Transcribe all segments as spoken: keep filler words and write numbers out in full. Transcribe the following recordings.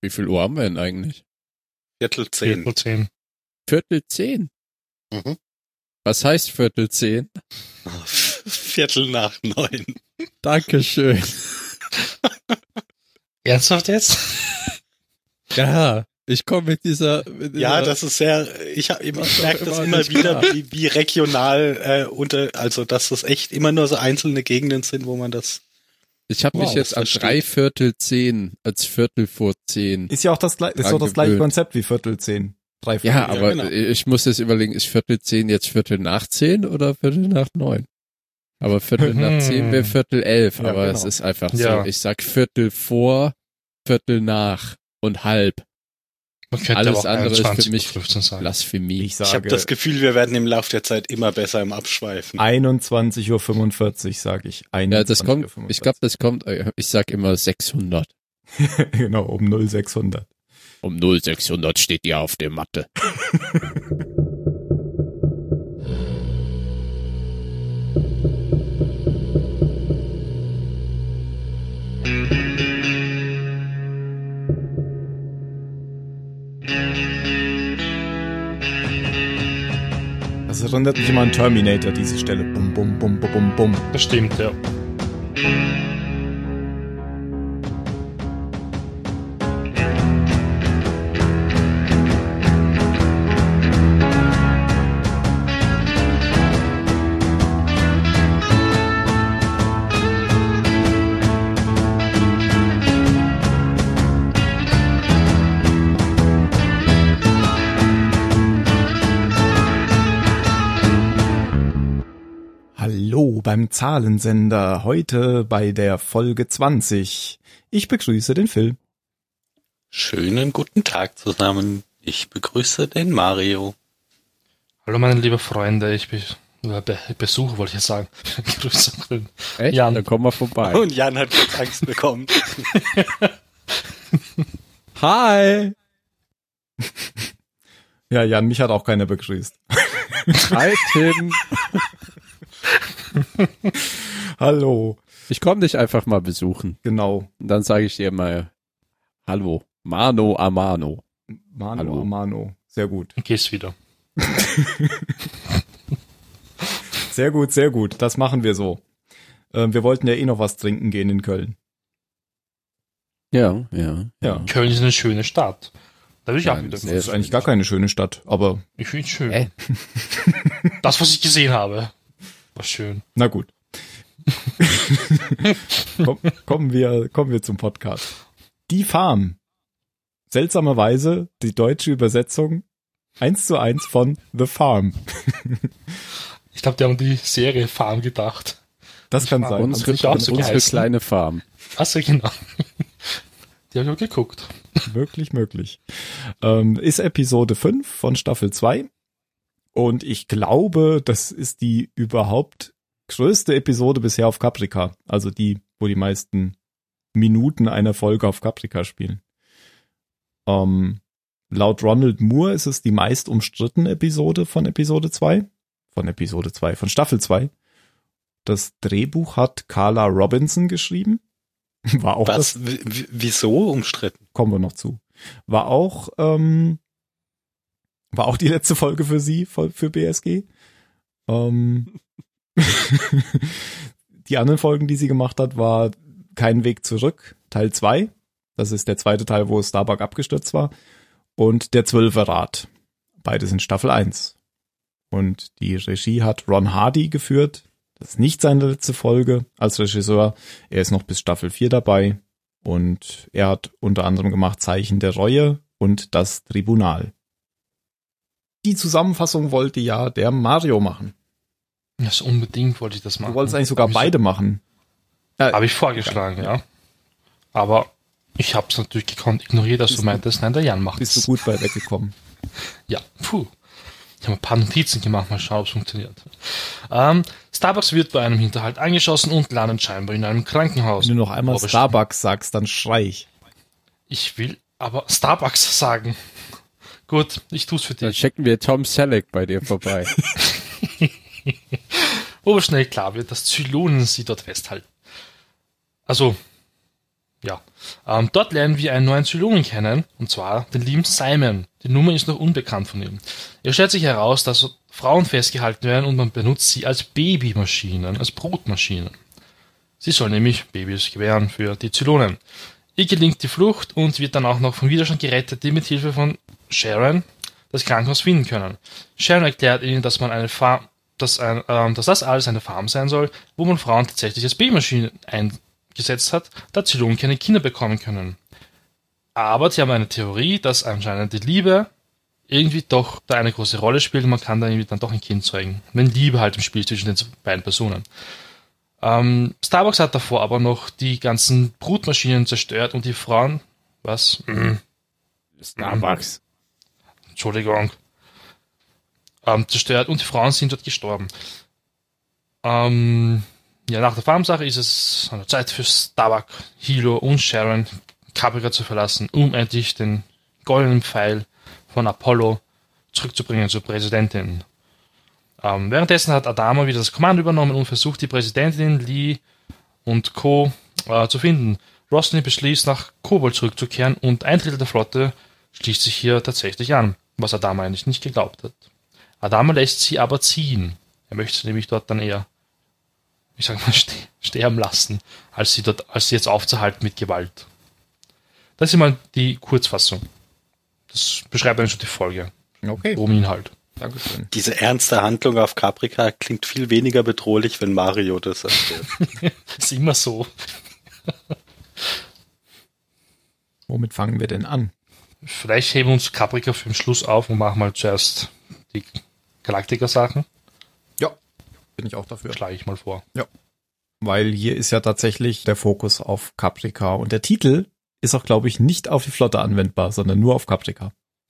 Wie viel Uhr haben wir denn eigentlich? Viertel zehn. Viertel zehn. Viertel zehn? Mhm. Was heißt Viertel zehn? Viertel nach neun. Dankeschön. Ernsthaft jetzt? Ja, ich komme mit dieser... Mit dieser Ja, das ist sehr, ich, hab- ich merke das immer immer nicht wieder, klar. wie, wie regional äh, unter, also dass das echt immer nur so einzelne Gegenden sind, wo man das. Ich habe mich Wow, jetzt das an versteht. drei Viertel zehn als Viertel vor zehn. Ist ja auch das, gle- ist doch das gleiche Angewöhnt. Konzept wie Viertel zehn. Drei Viertel. Ja, aber genau. ich muss jetzt überlegen, ist Viertel zehn jetzt Viertel nach zehn oder Viertel nach neun? Aber Viertel nach zehn wäre Viertel elf, Ja, aber genau. es ist einfach Ja. so. Ich sag Viertel vor, Viertel nach und halb. Man könnte Alles aber auch andere ist für einundzwanzig mich Uhr fünfzehn sagen. Blasphemie. Ich Ich habe sage das Gefühl, wir werden im Laufe der Zeit immer besser im Abschweifen. einundzwanzig Uhr fünfundvierzig, sage ich. Ja, das kommt, einundzwanzig Uhr ich glaube, das kommt, äh, ich sag immer sechshundert. fünfundvierzig. Genau, um null sechshundert. Um null sechshundert steht ihr auf der Matte. Das erinnert mich immer an Terminator, diese Stelle. Bum, bum, bum, bum, bum, bum. Das stimmt, ja. Hallo beim Zahlensender, heute bei der Folge zwanzig. Ich begrüße den Phil. Schönen guten Tag zusammen. Ich begrüße den Mario. Hallo meine lieben Freunde, ich be äh, be besuche, wollte ich jetzt sagen. Grüße auch den Echt? Jan. Dann kommen wir vorbei. Und Jan hat kurz Angst bekommen. Hi! Ja, Jan, mich hat auch keiner begrüßt. Hi, Tim. Hallo, Ich komme dich einfach mal besuchen. genau. Und dann sage ich dir mal, hallo, Mano a Mano. Mano, Hallo. Mano. Sehr gut. Du gehst wieder. Sehr gut, sehr gut. Das machen wir so. Ähm, wir wollten ja eh noch was trinken gehen in Köln. Ja, ja. Ja. Köln ist eine schöne Stadt. Da will ich Ja, auch wieder. sehr Das ist eigentlich gar keine schöne Stadt, aber Ich finde es schön. Äh? Das, was ich gesehen habe, war schön. na gut. Komm, kommen wir, kommen wir zum Podcast. Die Farm. Seltsamerweise die deutsche Übersetzung eins zu eins von The Farm. Ich glaube, die haben die Serie Farm gedacht. Das kann Farm. sein. Unsere, sicher auch so unsere geheißen. kleine Farm. Achso, genau. Die habe ich auch geguckt. Möglich, möglich. Ähm, ist Episode fünf von Staffel zwei. Und ich glaube, das ist die überhaupt größte Episode bisher auf Caprica. Also die, wo die meisten Minuten einer Folge auf Caprica spielen. Ähm, laut Ronald Moore ist es die meist umstrittene Episode von Episode zwei. Von Episode zwei, von Staffel zwei. Das Drehbuch hat Carla Robinson geschrieben. War auch das Was? W w- wieso umstritten? kommen wir noch zu. War auch, ähm, war auch die letzte Folge für sie, für für B S G. Ähm, die anderen Folgen, die sie gemacht hat, war Kein Weg zurück, Teil zwei. Das ist der zweite Teil, wo Starbuck abgestürzt war. Und der Zwölferrat. Beides in Staffel eins. Und die Regie hat Ron Hardy geführt. Das ist nicht seine letzte Folge als Regisseur. Er ist noch bis Staffel vier dabei. Und er hat unter anderem gemacht Zeichen der Reue und Das Tribunal. Die Zusammenfassung wollte ja der Mario machen. Das unbedingt wollte ich das machen. Du wolltest eigentlich sogar Hab ich- beide machen. Äh, Habe ich vorgeschlagen, ja. Aber ich habe es natürlich gekonnt ignoriert, dass Bist du du- meintest, nein, der Jan macht Bist du es. gut bei weggekommen. Ja, puh. Ich habe ein paar Notizen gemacht, mal schauen, ob es funktioniert. Ähm, Starbucks wird bei einem Hinterhalt angeschossen und landet scheinbar in einem Krankenhaus. Wenn du noch einmal Aber Starbucks sagst, dann schrei ich. Ich will aber Starbucks sagen. Gut, ich tu's für Dann dich. checken wir Tom Selleck bei dir vorbei. Wo aber schnell klar wird, dass Zylonen sie dort festhalten. Also, Ja. Ähm, dort lernen wir einen neuen Zylonen kennen, und zwar den lieben Simon. Die Nummer ist noch unbekannt von ihm. Es stellt sich heraus, dass Frauen festgehalten werden und man benutzt sie als Babymaschinen, als Brutmaschinen. Sie sollen nämlich Babys gebären für die Zylonen. Ihr gelingt die Flucht und wird dann auch noch vom Widerstand gerettet, die mit Hilfe von Sharon das Krankenhaus finden können. Sharon erklärt ihnen, dass man eine Farm, dass, ein, ähm, dass das alles eine Farm sein soll, wo man Frauen tatsächlich als Babymaschinen eingesetzt hat, da Zylonen keine Kinder bekommen können. Aber sie haben eine Theorie, dass anscheinend die Liebe irgendwie doch da eine große Rolle spielt und man kann da irgendwie dann doch ein Kind zeugen. Wenn Liebe halt im Spiel zwischen den beiden Personen. Ähm, Starbucks hat davor aber noch die ganzen Brutmaschinen zerstört und die Frauen... Was? Mhm. Starbucks. Entschuldigung. Ähm, zerstört und die Frauen sind dort gestorben. Ähm, ja, nach der Farmsache ist es an der Zeit für Starbuck, Hilo und Sharon Caprica zu verlassen, um endlich den goldenen Pfeil von Apollo zurückzubringen zur Präsidentin. Ähm, währenddessen hat Adama wieder das Kommando übernommen und versucht, die Präsidentin, Lee und Co. Äh, zu finden. Rosny beschließt, nach Kobol zurückzukehren und ein Drittel der Flotte schließt sich hier tatsächlich an, was Adama eigentlich nicht geglaubt hat. Adama lässt sie aber ziehen. Er möchte sie nämlich dort dann eher, ich sag mal, ste- sterben lassen, als sie dort, als sie jetzt aufzuhalten mit Gewalt. Das ist mal die Kurzfassung. Das beschreibt dann schon die Folge. Okay. Um Inhalt. Dankeschön. Diese ernste Handlung auf Caprica klingt viel weniger bedrohlich, wenn Mario das erzählt. Ist immer so. Womit fangen wir denn an? Vielleicht heben wir uns Caprica für den Schluss auf und machen mal zuerst die Galactica-Sachen. Ja, bin ich auch dafür. Schlage ich mal vor. Ja. Weil hier ist ja tatsächlich der Fokus auf Caprica und der Titel ist auch, glaube ich, nicht auf die Flotte anwendbar, sondern nur auf Caprica.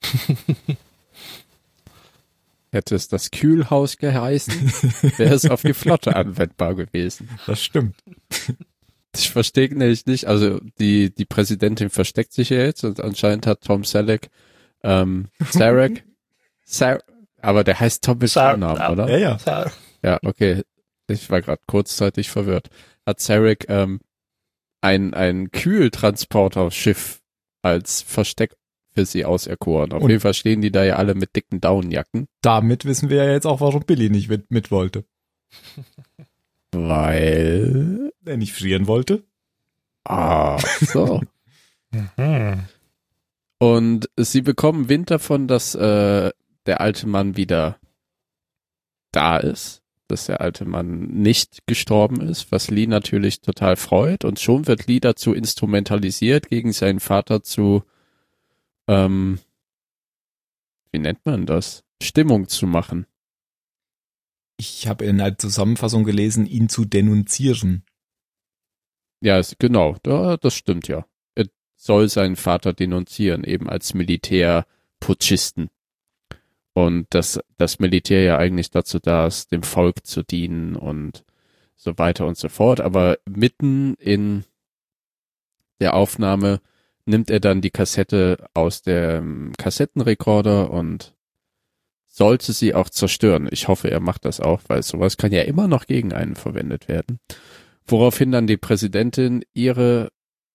Hätte es das Kühlhaus geheißen, wäre es auf die Flotte anwendbar gewesen. Das stimmt. Ich verstehe nämlich nicht, also die die Präsidentin versteckt sich ja jetzt und anscheinend hat Tom Selleck, ähm, Sarek, Sar- aber der heißt Tom mit Sar- Vornamen, oder? Ja, ja. Ja, okay. Ich war gerade kurzzeitig verwirrt. Hat Sarek ähm, ein ein Kühltransporterschiff als Versteck für sie auserkoren. Auf Und- jeden Fall stehen die da ja alle mit dicken Daunenjacken. Damit wissen wir ja jetzt auch, warum Billy nicht mit, mit wollte. Weil... Er nicht frieren wollte. Ah, so. Mhm. Und sie bekommen Wind davon, dass äh, der alte Mann wieder da ist, dass der alte Mann nicht gestorben ist, was Lee natürlich total freut. Und schon wird Lee dazu instrumentalisiert, gegen seinen Vater zu, ähm, wie nennt man das? Stimmung zu machen. Ich habe in einer Zusammenfassung gelesen, ihn zu denunzieren. Ja, es, genau, da, das stimmt ja. Er soll seinen Vater denunzieren, eben als Militärputschisten. Und dass das Militär ja eigentlich dazu da ist, dem Volk zu dienen und so weiter und so fort. Aber mitten in der Aufnahme nimmt er dann die Kassette aus dem Kassettenrekorder und sollte sie auch zerstören. Ich hoffe, er macht das auch, weil sowas kann ja immer noch gegen einen verwendet werden. Woraufhin dann die Präsidentin ihre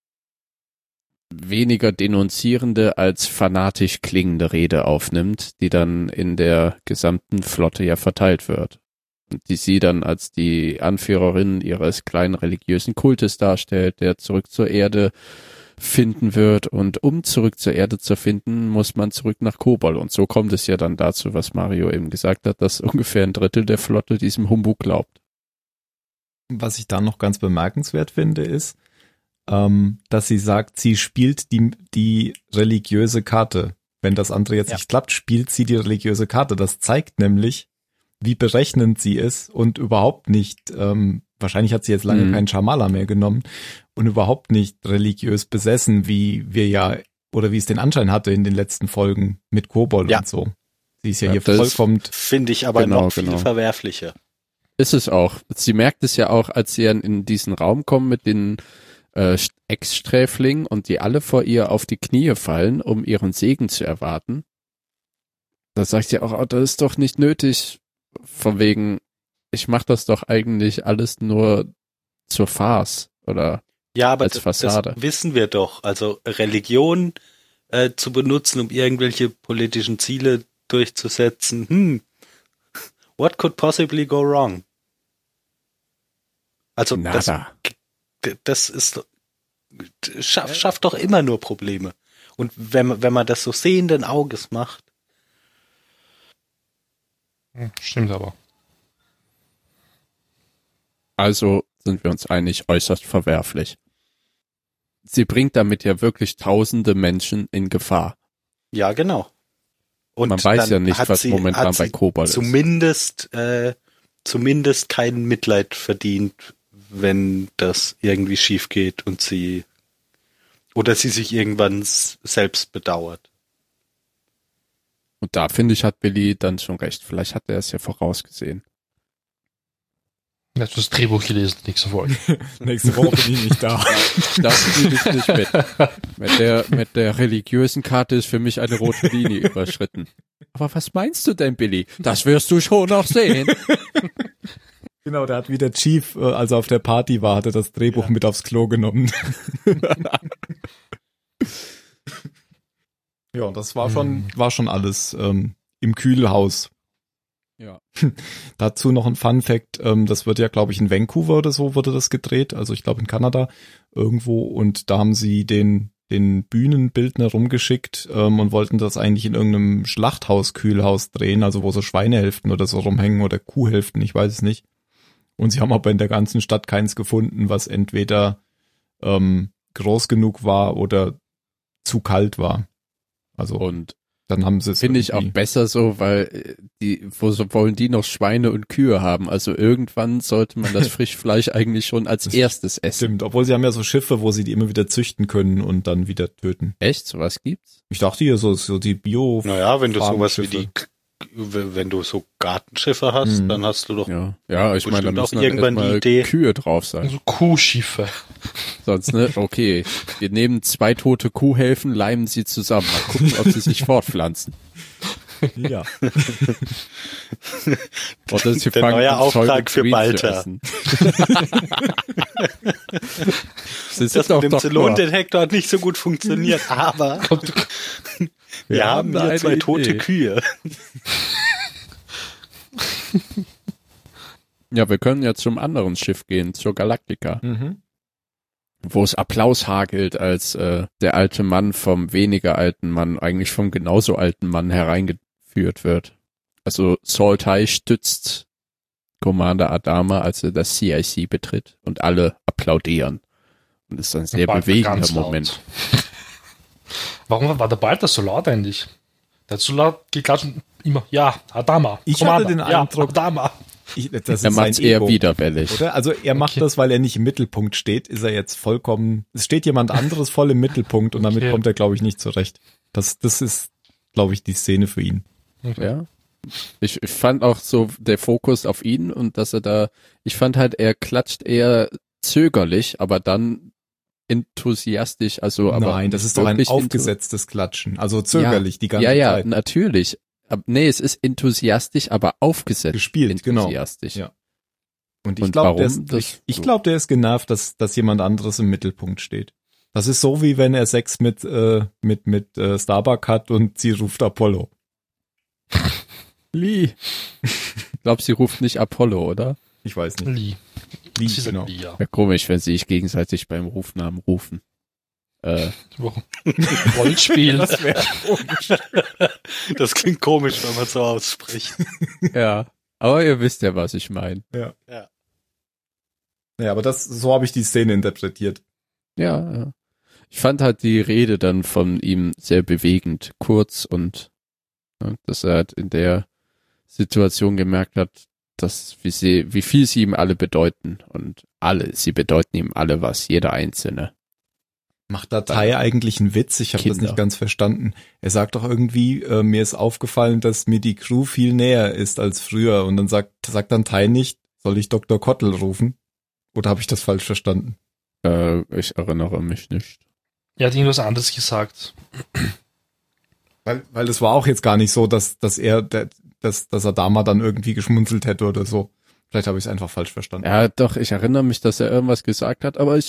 weniger denunzierende als fanatisch klingende Rede aufnimmt, die dann in der gesamten Flotte ja verteilt wird. Und die sie dann als die Anführerin ihres kleinen religiösen Kultes darstellt, der zurück zur Erde finden wird. Und um zurück zur Erde zu finden, muss man zurück nach Kobol. Und so kommt es ja dann dazu, was Mario eben gesagt hat, dass ungefähr ein Drittel der Flotte diesem Humbug glaubt. Was ich da noch ganz bemerkenswert finde, ist, ähm, dass sie sagt, sie spielt die, die religiöse Karte. Wenn das andere jetzt Ja. nicht klappt, spielt sie die religiöse Karte. Das zeigt nämlich, wie berechnend sie ist und überhaupt nicht, ähm, wahrscheinlich hat sie jetzt lange Mhm. keinen Schamala mehr genommen und überhaupt nicht religiös besessen, wie wir ja, oder wie es den Anschein hatte in den letzten Folgen mit Kobol Ja. und so. Sie ist ja, Ja, hier das- vollkommen, Finde ich aber Genau, noch viel genau. verwerflicher. Ist es auch. Sie merkt es ja auch, als sie dann in diesen Raum kommen mit den äh, Ex-Sträflingen und die alle vor ihr auf die Knie fallen, um ihren Segen zu erwarten. Da sagt sie auch, oh, das ist doch nicht nötig, von wegen, ich mach das doch eigentlich alles nur zur Farce, oder? Ja, aber als das, Fassade. das wissen wir doch. Also Religion äh, zu benutzen, um irgendwelche politischen Ziele durchzusetzen. Hm. What could possibly go wrong? Also das, Nada. das ist schafft, schafft doch immer nur Probleme. Und wenn man, wenn man das so sehenden Auges macht. Hm, Stimmt aber. Also sind wir uns einig, äußerst verwerflich. Sie bringt damit ja wirklich tausende Menschen in Gefahr. Ja, genau. Und Man weiß dann ja nicht, hat was sie, momentan hat bei sie Kobalt ist. Zumindest, äh, zumindest kein Mitleid verdient, wenn das irgendwie schief geht und sie oder sie sich irgendwann s- selbst bedauert. Und da finde ich, hat Billy dann schon recht. Vielleicht hat er es ja vorausgesehen. Er hat das Drehbuch gelesen, nächste Folge. Nächste Woche bin ich nicht da. Das spiele ich nicht mit. Mit der, mit der religiösen Karte ist für mich eine rote Linie überschritten. Aber was meinst du denn, Billy? Das wirst du schon noch sehen. Genau, der hat wie der Chief, äh, als er auf der Party war, hat er das Drehbuch mit aufs Klo genommen. Ja, und das war schon, war schon alles ähm, im Kühlhaus. Ja. Dazu noch ein Fun Fact, ähm, das wird ja, glaube ich, in Vancouver oder so wurde das gedreht, also ich glaube in Kanada irgendwo, und da haben sie den den Bühnenbildner rumgeschickt ähm, und wollten das eigentlich in irgendeinem Schlachthaus-Kühlhaus drehen, also wo so Schweinehälften oder so rumhängen oder Kuhhälften, ich weiß es nicht. Und sie haben aber in der ganzen Stadt keins gefunden, was entweder ähm, groß genug war oder zu kalt war. Also Und dann haben sie es finde ich auch irgendwie- besser so, weil äh, die, wo so wollen die noch Schweine und Kühe haben? Also irgendwann sollte man das Frischfleisch eigentlich schon als Das erstes essen. Stimmt, obwohl sie haben ja so Schiffe, wo sie die immer wieder züchten können und dann wieder töten. Echt? Sowas gibt's? Ich dachte hier so, so die Bio. Naja, wenn du sowas wie Farmschiffe. die, wenn du so Gartenschiffe hast, Mhm. dann hast du doch Ja. Ja, ich meine, da Bestimmt auch müssen dann irgendwann die erstmal Idee. Kühe drauf sein. Also Kuhschiffe. Sonst, ne? Okay. Wir nehmen zwei tote Kuhhälften, leimen sie zusammen. Mal gucken, ob sie sich fortpflanzen. Ja. Oder sie Der fangen neue an, Auftrag Soylent für Green zu Balta. essen. Sie das sind doch mit dem doch Zylondetektor hat nicht so gut funktioniert, aber wir haben da hier eine zwei tote Idee. Kühe. Ja, wir können ja zum anderen Schiff gehen, zur Galactica, Mhm. wo es Applaus hagelt, als äh, der alte Mann vom weniger alten Mann, eigentlich vom genauso alten Mann hereingeführt wird. Also Saltai stützt Commander Adama, als er das C I C betritt, und alle applaudieren. Und das ist ein sehr Balta bewegender ganz laut. Moment. Warum war der Balta so laut eigentlich? Der hat so laut geklatscht und immer, ja, Adama. Ich Commander, hatte den ja, Eindruck- Adama. Ich, das Er ist macht's sein eher Ego, widerwillig. oder? Also er macht Okay. das, weil er nicht im Mittelpunkt steht, ist er jetzt vollkommen, es steht jemand anderes voll im Mittelpunkt und damit Okay. kommt er, glaube ich, nicht zurecht. Das, das ist, glaube ich, die Szene für ihn. Ja. Ich, ich fand auch so der Fokus auf ihn und dass er da, ich fand halt, er klatscht eher zögerlich, aber dann enthusiastisch, also aber Nein, das ist doch ein wirklich enthu- aufgesetztes Klatschen, also zögerlich die ganze Ja, ja, Zeit. natürlich. Aber nee, es ist enthusiastisch, aber aufgesetzt. Gespielt, genau. enthusiastisch. Ja. Und ich Und glaube, der warum ist, das ich, ich so? glaube, der ist genervt, dass, dass jemand anderes im Mittelpunkt steht. Das ist so, wie wenn er Sex mit, äh, mit, mit äh, Starbuck hat und sie ruft Apollo. Lee. Ich glaube, sie ruft nicht Apollo, oder? Ich weiß nicht. Lee. Wie, Sie sind genau. Lee, ja. Wäre komisch, wenn sie sich gegenseitig beim Rufnamen rufen. Äh, Warum? Rollenspiel. Das wäre komisch. Das klingt komisch, wenn man so ausspricht. ja. Aber ihr wisst ja, was ich meine. Ja. Ja. Ja, aber das, so habe ich die Szene interpretiert. Ja, ja. Ich fand halt die Rede dann von ihm sehr bewegend, kurz und ja, dass er halt in der Situation gemerkt hat, dass wie sie, wie viel sie ihm alle bedeuten und alle, sie bedeuten ihm alle was, jeder Einzelne. Macht Datei eigentlich einen Witz? Ich habe das Kinder. nicht ganz verstanden. Er sagt doch irgendwie, äh, mir ist aufgefallen, dass mir die Crew viel näher ist als früher. Und dann sagt, sagt dann Tai nicht, soll ich Doktor Kottel rufen? Oder habe ich das falsch verstanden? Äh, ich erinnere mich nicht. Er hat irgendwas anderes gesagt. Weil, weil es war auch jetzt gar nicht so, dass, dass er, der, dass, dass Adama dann irgendwie geschmunzelt hätte oder so. Vielleicht habe ich es einfach falsch verstanden. Ja, doch, ich erinnere mich, dass er irgendwas gesagt hat, aber ich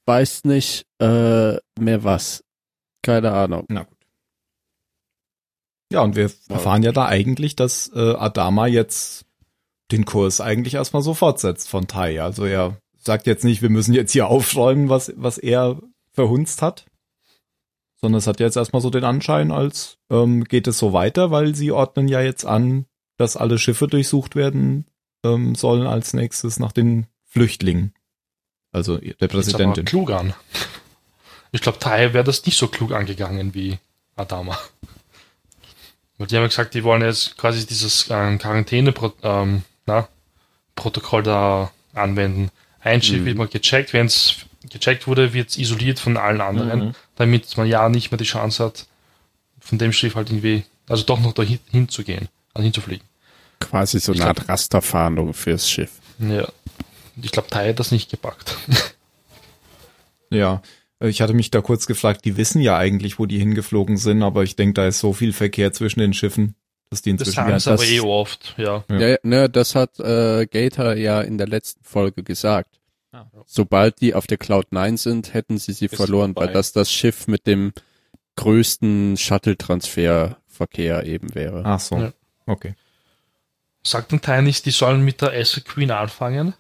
weiß nicht äh, mehr was. Keine Ahnung. Na gut. Ja, und wir erfahren ja da eigentlich, dass äh, Adama jetzt den Kurs eigentlich erstmal so fortsetzt von Tai. Also er sagt jetzt nicht, wir müssen jetzt hier aufräumen, was, was er verhunzt hat, sondern es hat jetzt erstmal so den Anschein, als ähm, geht es so weiter, weil sie ordnen ja jetzt an, dass alle Schiffe durchsucht werden ähm, sollen als nächstes nach den Flüchtlingen. Also der Präsidentin. Aber klug an. Ich glaube, Tai wäre das nicht so klug angegangen wie Adama. Weil die haben ja gesagt, die wollen jetzt quasi dieses ähm, Quarantäne-Protokoll ähm, da anwenden. Ein Schiff mhm. wird mal gecheckt, wenn es gecheckt wurde, wird es isoliert von allen anderen, mhm. damit man ja nicht mehr die Chance hat, von dem Schiff halt irgendwie, also doch noch dahin hinzugehen, also hinzufliegen. Quasi so eine Art Rasterfahndung fürs Schiff. Ja. Ich glaube, Tai hat das nicht gepackt. Ja, ich hatte mich da kurz gefragt, die wissen ja eigentlich, wo die hingeflogen sind, aber ich denke, da ist so viel Verkehr zwischen den Schiffen, dass die inzwischen... Das sagen sie aber eh oft, ja. Ja, ja ne, das hat äh, Gator ja in der letzten Folge gesagt. Ah. Sobald die auf der Cloud neun sind, hätten sie sie Ist verloren, vorbei. weil das das Schiff mit dem größten Shuttle-Transferverkehr eben wäre. Ach so, Ja. okay. Sagt denn Tai nicht, die sollen mit der Acid Queen anfangen?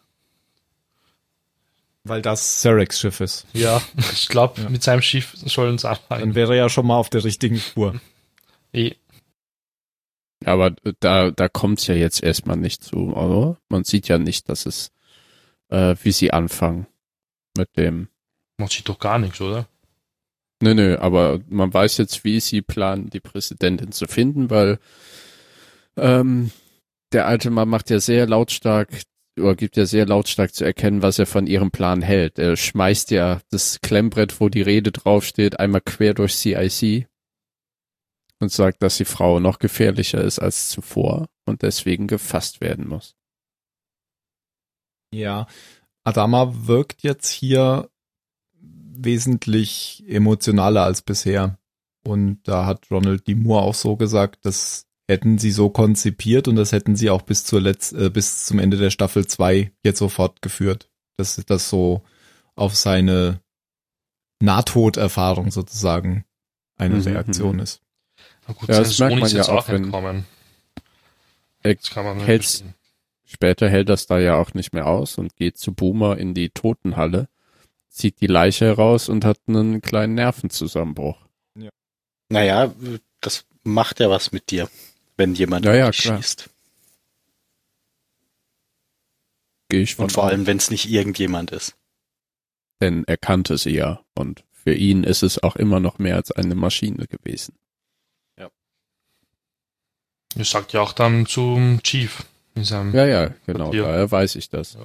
Weil das Cerex Schiff ist. Ja, ich glaube, Ja. mit seinem Schiff sollen sie anfangen. Dann wäre er ja schon mal auf der richtigen Spur. Eh. Aber da, da kommt's ja jetzt erstmal nicht zu, oder? Man sieht ja nicht, dass es, äh, wie sie anfangen mit dem. Man sieht doch gar nichts, oder? Nö, nö, aber man weiß jetzt, wie sie planen, die Präsidentin zu finden, weil ähm, der alte Mann macht ja sehr lautstark, oder gibt ja sehr lautstark zu erkennen, was er von ihrem Plan hält. Er schmeißt ja das Klemmbrett, wo die Rede draufsteht, einmal quer durch C I C und sagt, dass die Frau noch gefährlicher ist als zuvor und deswegen gefasst werden muss. Ja, Adama wirkt jetzt hier wesentlich emotionaler als bisher. Und da hat Ronald D. Moore auch so gesagt, das hätten sie so konzipiert und das hätten sie auch bis zur Letz-, äh, bis zum Ende der Staffel zwei jetzt so fortgeführt. Dass das so auf seine Nahtoderfahrung sozusagen eine Mhm, Reaktion mhm. ist. Na gut, Ja, sein das merkt Sohn man ist ja jetzt auch, auch wenn- entkommen. Er Das kann man nicht hält's- verstehen. Später hält das da ja auch nicht mehr aus und geht zu Boomer in die Totenhalle, zieht die Leiche heraus und hat einen kleinen Nervenzusammenbruch. Naja, das macht ja was mit dir, wenn jemand Ja, auf ja, dich klar. schießt. Gehe ich von Und vor aus. allem, wenn es nicht irgendjemand ist. Denn er kannte sie ja und für ihn ist es auch immer noch mehr als eine Maschine gewesen. Das sagt ja auch dann zum Chief in seinem. Ja, ja, genau, Ja. daher weiß ich das.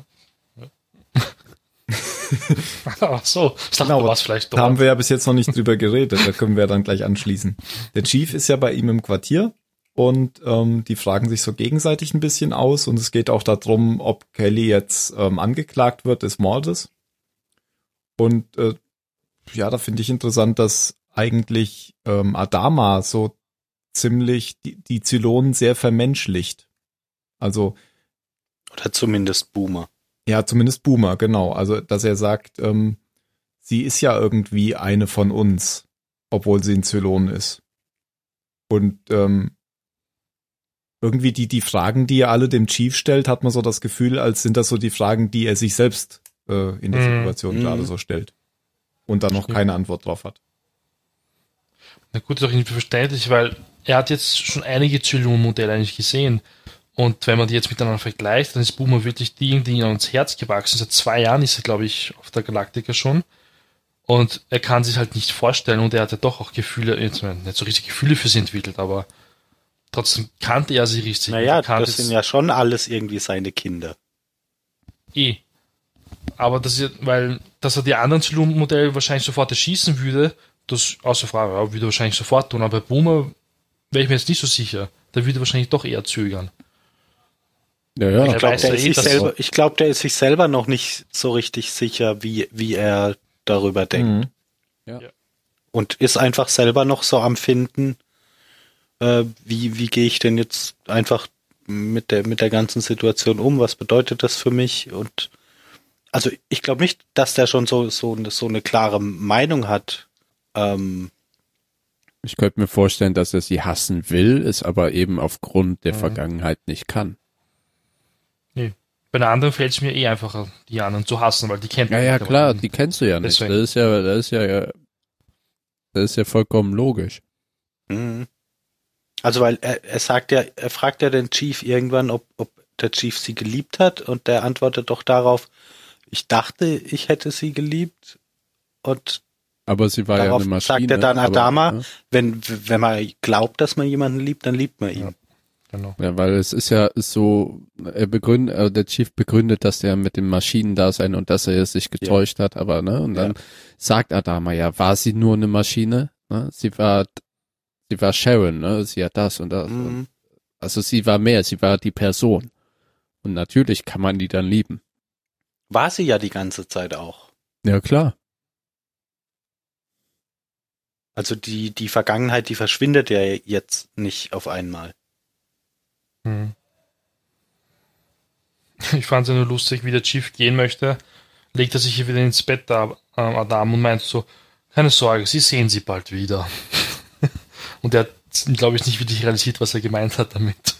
Ach so, ich dachte, Genau, du warst vielleicht Da haben dort. wir ja bis jetzt noch nicht drüber geredet, da können wir dann gleich anschließen. Der Chief ist ja bei ihm im Quartier und ähm, die fragen sich so gegenseitig ein bisschen aus und es geht auch darum, ob Kelly jetzt ähm, angeklagt wird des Mordes. Und äh, ja, da finde ich interessant, dass eigentlich ähm, Adama so ziemlich die, die Zylonen sehr vermenschlicht. Also Oder zumindest Boomer. ja, zumindest Boomer, genau. Also, dass er sagt, ähm, sie ist ja irgendwie eine von uns, obwohl sie ein Zylon ist. Und ähm, irgendwie die die Fragen, die er alle dem Chief stellt, hat man so das Gefühl, als sind das so die Fragen, die er sich selbst äh, in der Mhm. Situation Mhm. gerade so stellt. Und dann noch Stimmt. keine Antwort drauf hat. Na gut, ist auch irgendwie verständlich, weil er hat jetzt schon einige Zylon-Modelle eigentlich gesehen. Und wenn man die jetzt miteinander vergleicht, dann ist Boomer wirklich die, die ihm ans Herz gewachsen. Seit zwei Jahren ist er, glaube ich, auf der Galaktika schon. Und er kann sich halt nicht vorstellen und er hat ja doch auch Gefühle, jetzt nicht so richtig Gefühle für sie entwickelt, aber trotzdem kannte er sie richtig. Naja, Er kannte das sind ja schon alles irgendwie seine Kinder. eh. Aber das ist, weil, dass er die anderen Zylon-Modelle wahrscheinlich sofort erschießen würde, das außer Frage, ja, würde er wahrscheinlich sofort tun, aber bei Boomer wäre ich mir jetzt nicht so sicher. Da würde er wahrscheinlich doch eher zögern. Ja, ja. Ich Ich glaube, weiß der, ja ist eh, sich dass- selber- ich glaub, der ist sich selber noch nicht so richtig sicher, wie, wie er darüber denkt. Mhm. Und ist einfach selber noch so am Finden, äh, wie, wie gehe ich denn jetzt einfach mit der, mit der ganzen Situation um? Was bedeutet das für mich? Und also ich glaube nicht, dass der schon so, so, eine, so eine klare Meinung hat. Ähm, Ich könnte mir vorstellen, dass er sie hassen will, es aber eben aufgrund der Mhm. Vergangenheit nicht kann. Nee. Bei einer anderen fällt es mir eh einfacher, die anderen zu hassen, weil die kennt Ja, man ja, nicht, aber klar, dann- die kennst du ja nicht. Deswegen. Das ist ja, das ist ja, das ist ja vollkommen logisch. mhm. Also weil er, er sagt ja, er fragt ja den Chief irgendwann, ob, ob der Chief sie geliebt hat und der antwortet doch darauf, ich dachte, ich hätte sie geliebt und Aber sie war darauf ja eine Maschine. sagt er dann Adama, aber, wenn, wenn man glaubt, dass man jemanden liebt, dann liebt man ihn. Ja. Genau. ja, weil es ist ja so, er begründet, äh, der Chief begründet, dass der mit dem Maschinendasein und dass er sich getäuscht hat, aber ne, und dann Ja. sagt Adama ja, war sie nur eine Maschine? Ne? Sie war, sie war Sharon, ne? Sie hat das und das. Und, Mhm. also sie war mehr, sie war die Person. Und natürlich kann man die dann lieben. War sie ja die ganze Zeit auch. Ja, klar. Also die, die Vergangenheit, die verschwindet ja jetzt nicht auf einmal. Hm. Ich fand es ja nur lustig, wie der Chief gehen möchte, legt er sich hier wieder ins Bett da, ähm, Adam, und meint so, keine Sorge, Sie sehen sie bald wieder. Und er hat, glaube ich, nicht wirklich realisiert, was er gemeint hat damit.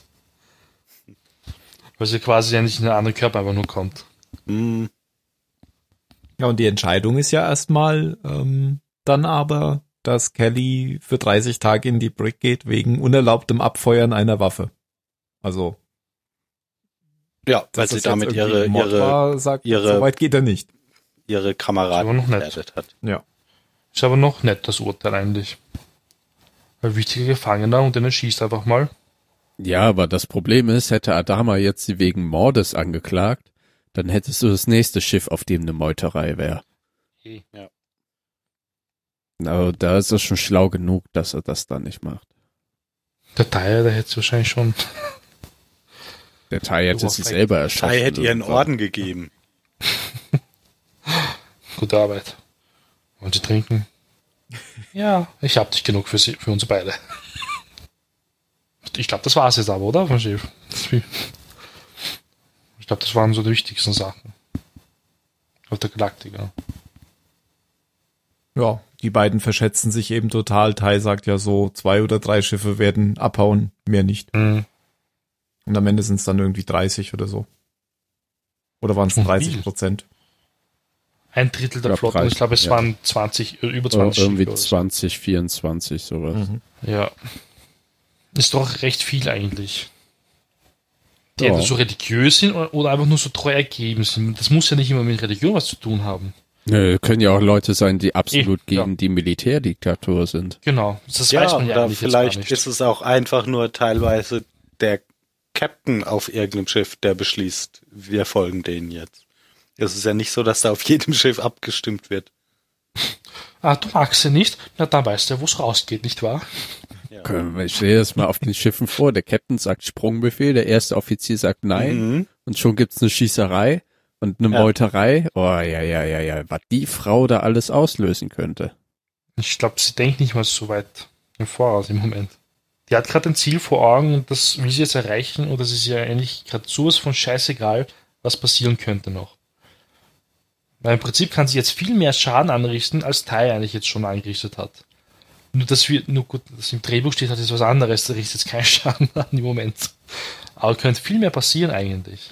Weil sie quasi ja nicht in einen anderen Körper einfach nur kommt. Mhm. Ja, und die Entscheidung ist ja erstmal ähm, dann aber, dass Kelly für dreißig Tage in die Brick geht wegen unerlaubtem Abfeuern einer Waffe. Also, Ja, weil dass sie das damit jetzt ihre, irgendwie Mord ihre, war, sagt, ihre- so weit geht er nicht. ihre Aber Kameraden noch nett. gefährdet hat. Ja. Ist aber noch nett, das Urteil eigentlich. Weil wichtiger Gefangener und den erschießt einfach mal. Ja, aber das Problem ist, hätte Adama jetzt sie wegen Mordes angeklagt, dann hättest du das nächste Schiff, auf dem eine Meuterei wäre. Ja. Aber da ist es schon schlau genug, dass er das dann nicht macht. Der Teil, der hätte es wahrscheinlich schon. Der Tai hätte Du sie hast selber erschossen. Tai hätte ihr einen irgendwann. Orden gegeben. Gute Arbeit. Wollen Sie trinken? Ja, ich hab dich genug für, sie, für uns beide. Ich glaube, das war's jetzt aber, oder? Von Chef? Ich glaube, das waren so die wichtigsten Sachen. Auf der Galaktika. Ja, die beiden verschätzen sich eben total. Tai sagt ja so, zwei oder drei Schiffe werden abhauen, mehr nicht. Mhm. Und am Ende sind es dann irgendwie dreißig oder so. Oder waren es Schon dreißig viel. Prozent? Ein Drittel der Ja, Flotte. Und ich glaube, es ja. waren zwanzig, äh, über Oh, zwanzig irgendwie Schiffe oder so. zwanzig, vierundzwanzig, sowas. Mhm. Ja. Ist doch recht viel eigentlich. Die Ja. entweder so religiös sind oder, oder einfach nur so treu ergeben sind. Das muss ja nicht immer mit Religion was zu tun haben. Nö, können ja auch Leute sein, die absolut Eh, ja. gegen die Militärdiktatur sind. Genau. Das Ja, weiß man ja oder eigentlich jetzt gar vielleicht nicht. ist es auch einfach nur teilweise der Captain auf irgendeinem Schiff, der beschließt, wir folgen denen jetzt. Es ist ja nicht so, dass da auf jedem Schiff abgestimmt wird. Ah, du magst sie nicht? Na, dann weißt du ja, wo es rausgeht, nicht wahr? Ja. Ich stelle das mal auf den Schiffen vor. Der Captain sagt Sprungbefehl, der erste Offizier sagt nein Mhm. und schon gibt's eine Schießerei und eine Ja. Meuterei. Oh, ja, ja, ja, ja, was die Frau da alles auslösen könnte. Ich glaube, sie denkt nicht mal so weit im Voraus im Moment. Die hat gerade ein Ziel vor Augen und das will sie jetzt erreichen und das ist ja eigentlich gerade sowas von scheißegal, was passieren könnte noch. Weil im Prinzip kann sie jetzt viel mehr Schaden anrichten, als Tai eigentlich jetzt schon angerichtet hat. Nur, dass wir, nur gut, dass im Drehbuch steht, hat jetzt was anderes, da richtet jetzt keinen Schaden an im Moment. Aber könnte viel mehr passieren eigentlich.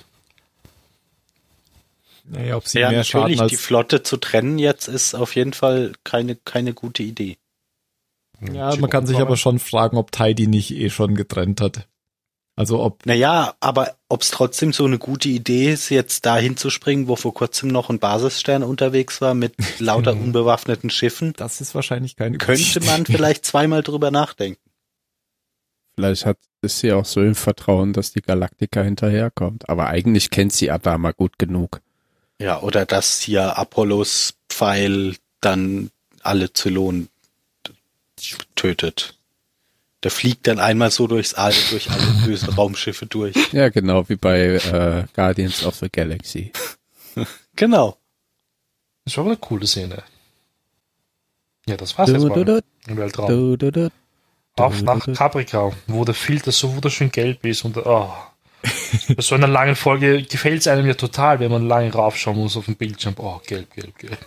Naja, ob sie Ja, mehr natürlich, Schaden die als... Flotte zu trennen jetzt ist auf jeden Fall keine, keine gute Idee. Ja, man kann sich aber schon fragen, ob Tai die nicht eh schon getrennt hat. Also ob... Naja, aber ob es trotzdem so eine gute Idee ist, jetzt da hinzuspringen, wo vor kurzem noch ein Basisstern unterwegs war mit lauter Mhm. unbewaffneten Schiffen, Das ist wahrscheinlich keine gute könnte man Idee. vielleicht zweimal drüber nachdenken. Vielleicht hat, ist sie auch so im Vertrauen, dass die Galaktika hinterherkommt. Aber eigentlich kennt sie Adama gut genug. Ja, oder dass hier Apollos Pfeil dann alle Zylonen tötet. Der fliegt dann einmal so durchs All, durch alle bösen Raumschiffe durch. Ja, genau, wie bei äh, Guardians of the Galaxy. Genau. Das war aber eine coole Szene. Ja, das war's jetzt Du, mal du, im Weltraum. du, du, du. Auf nach Caprica, wo der Filter so wunderschön gelb ist und oh, Bei so einer langen Folge gefällt es einem ja total, wenn man lange raufschauen muss auf dem Bildschirm. Oh, gelb, gelb, gelb.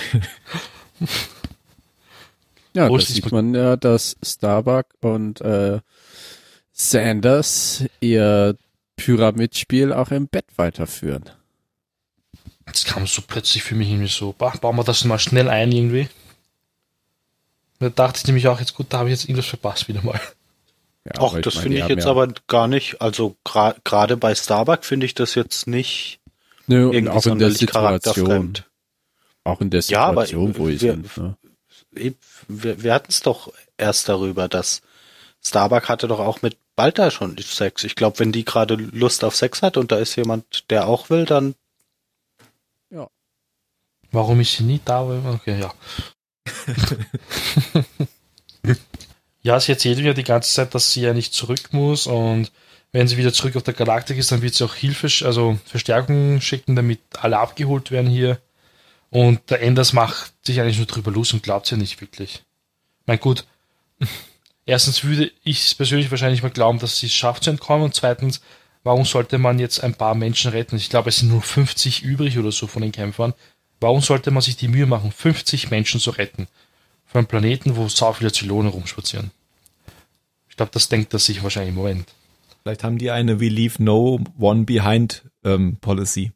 Ja, Wo da ist sieht die- man ja, dass Starbuck und äh, Sanders ihr Pyramidspiel auch im Bett weiterführen. Das kam so plötzlich für mich irgendwie so, bah, bauen wir das mal schnell ein irgendwie. Da dachte ich nämlich auch, jetzt gut, da habe ich jetzt irgendwas verpasst wieder mal. Ja, Ach, aber das meine, finde die ich haben jetzt ja, aber gar nicht, also gra- gerade bei Starbuck finde ich das jetzt nicht Nö, und irgendwie auch in der sonderlich Situation, charakterfremd. auch in der Ja, aber Situation, wo sie wir- sind. Ne? Eben, Wir, wir hatten es doch erst darüber, dass Starbuck hatte doch auch mit Balta schon Sex. Ich glaube, wenn die gerade Lust auf Sex hat und da ist jemand, der auch will, dann Warum ist sie nie da? Okay, ja. Ja, sie erzählt mir ja die ganze Zeit, dass sie ja nicht zurück muss und wenn sie wieder zurück auf der Galaktik ist, dann wird sie auch Hilfe, sch- also Verstärkung schicken, damit alle abgeholt werden hier. Und der Enders macht sich eigentlich nur drüber los und glaubt ja nicht wirklich. Mein gut, erstens würde ich persönlich wahrscheinlich mal glauben, dass sie es schafft zu entkommen und zweitens, warum sollte man jetzt ein paar Menschen retten? Ich glaube, es sind nur fünfzig übrig oder so von den Kämpfern. Warum sollte man sich die Mühe machen, fünfzig Menschen zu retten? Für einen Planeten, wo so viele Zylonen rumspazieren. Ich glaube, das denkt er sich wahrscheinlich im Moment. Vielleicht haben die eine We leave no one behind ähm, Policy.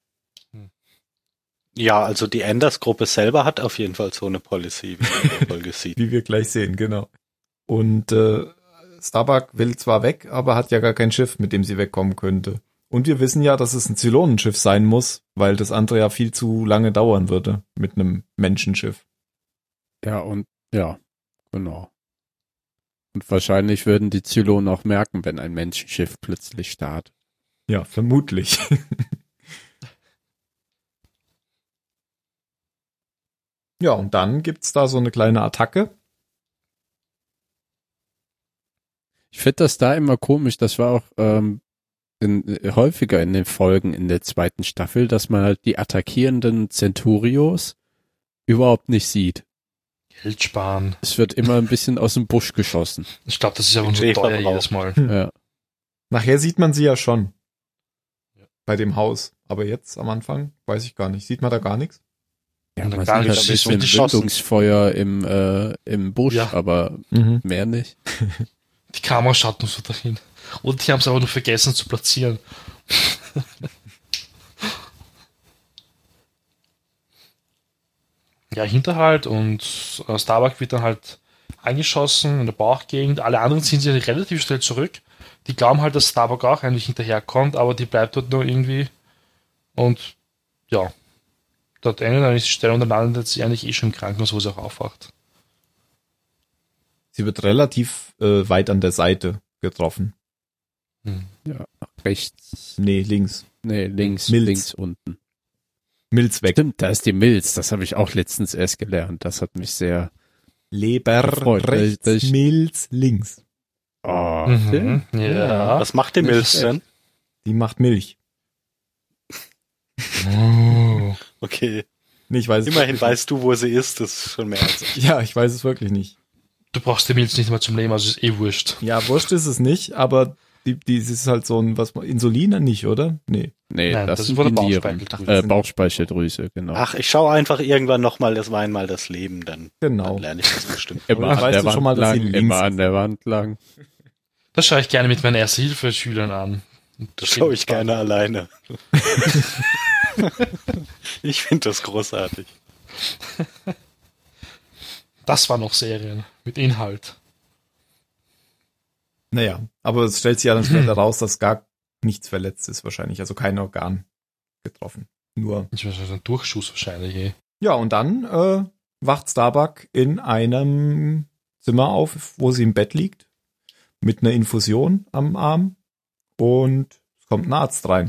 ja, also die Enders-Gruppe selber hat auf jeden Fall so eine Policy, wie man in der Folge sieht. Wie wir gleich sehen, genau. Und äh, Starbuck will zwar weg, aber hat ja gar kein Schiff, mit dem sie wegkommen könnte. Und wir wissen ja, dass es ein Zylonenschiff sein muss, weil das andere ja viel zu lange dauern würde mit einem Menschenschiff. Ja, und ja, genau. Und wahrscheinlich würden die Zylonen auch merken, wenn ein Menschenschiff plötzlich startet. Ja, vermutlich. Ja, und dann gibt's da so eine kleine Attacke. Ich finde das da immer komisch, das war auch ähm, in, äh, häufiger in den Folgen in der zweiten Staffel, dass man halt die attackierenden Centurios überhaupt nicht sieht. Geld sparen. Es wird immer ein bisschen aus dem Busch geschossen. Ich glaube, das ist aber nur Budgetverbrauch. teuer jedes Mal. Ja. Nachher sieht man sie ja schon. Ja. Bei dem Haus. Aber jetzt am Anfang weiß ich gar nicht. Sieht man da gar nichts? Ja, Und dann man gar sieht nicht, ein da bisschen wird geschossen. Windungsfeuer im, äh, im Busch, Ja. aber Mhm. mehr nicht. Die Kamera schaut nur so dahin. Und die haben es aber nur vergessen zu platzieren. Ja, Hinterhalt und äh, Starbuck wird dann halt angeschossen in der Bauchgegend. Alle anderen ziehen sich relativ schnell zurück. Die glauben halt, dass Starbuck auch eigentlich hinterherkommt, aber die bleibt dort nur irgendwie. Und ja, dort endet dann ist die Stelle und dann landet sie eigentlich eh schon im Krankenhaus, wo sie auch aufwacht. Sie wird relativ äh, weit an der Seite getroffen. Hm. Ja, rechts. Nee, links. Nee, links, Milz. links unten. Milz weg. Stimmt, da ist die Milz. Das habe ich auch letztens erst gelernt. Das hat mich sehr... Leber Gefreut, rechts, dass ich- Milz links. Oh, Mhm. Ja. Was macht die Nicht Milch schlecht. denn? Die macht Milch. Oh. Okay. Nee, ich weiß es Immerhin wirklich weißt du, wo sie ist, das ist schon mehr als ich. nicht. Ja, ich weiß es wirklich nicht. Du brauchst die Milch nicht mal zum Leben, also ist eh wurscht. Ja, wurscht ist es nicht, aber die, die das ist halt so ein, was man, Insulin nicht, oder? Nee. nee, Nein, das, das sind wurde die Nieren. Bauchspeicheldrüse. Äh, Bauchspeicheldrüse, genau. Ach, ich schaue einfach irgendwann nochmal das war einmal das Leben, dann, Genau. dann lerne ich das bestimmt. Immer Oder an weißt der du Wand schon mal, dass sie lang, links immer ist? an der Wand lang. Das schaue ich gerne mit meinen Erste-Hilfe-Schülern an. Das schaue ich gerne alleine. Ich finde das großartig. Das waren noch Serien mit Inhalt. Naja, aber es stellt sich ja dann später raus, dass gar nichts verletzt ist wahrscheinlich, also kein Organ getroffen. Nur. Ich weiß nicht, ein Durchschuss wahrscheinlich. Eh. Ja, und dann äh, wacht Starbuck in einem Zimmer auf, wo sie im Bett liegt, mit einer Infusion am Arm und es kommt ein Arzt rein.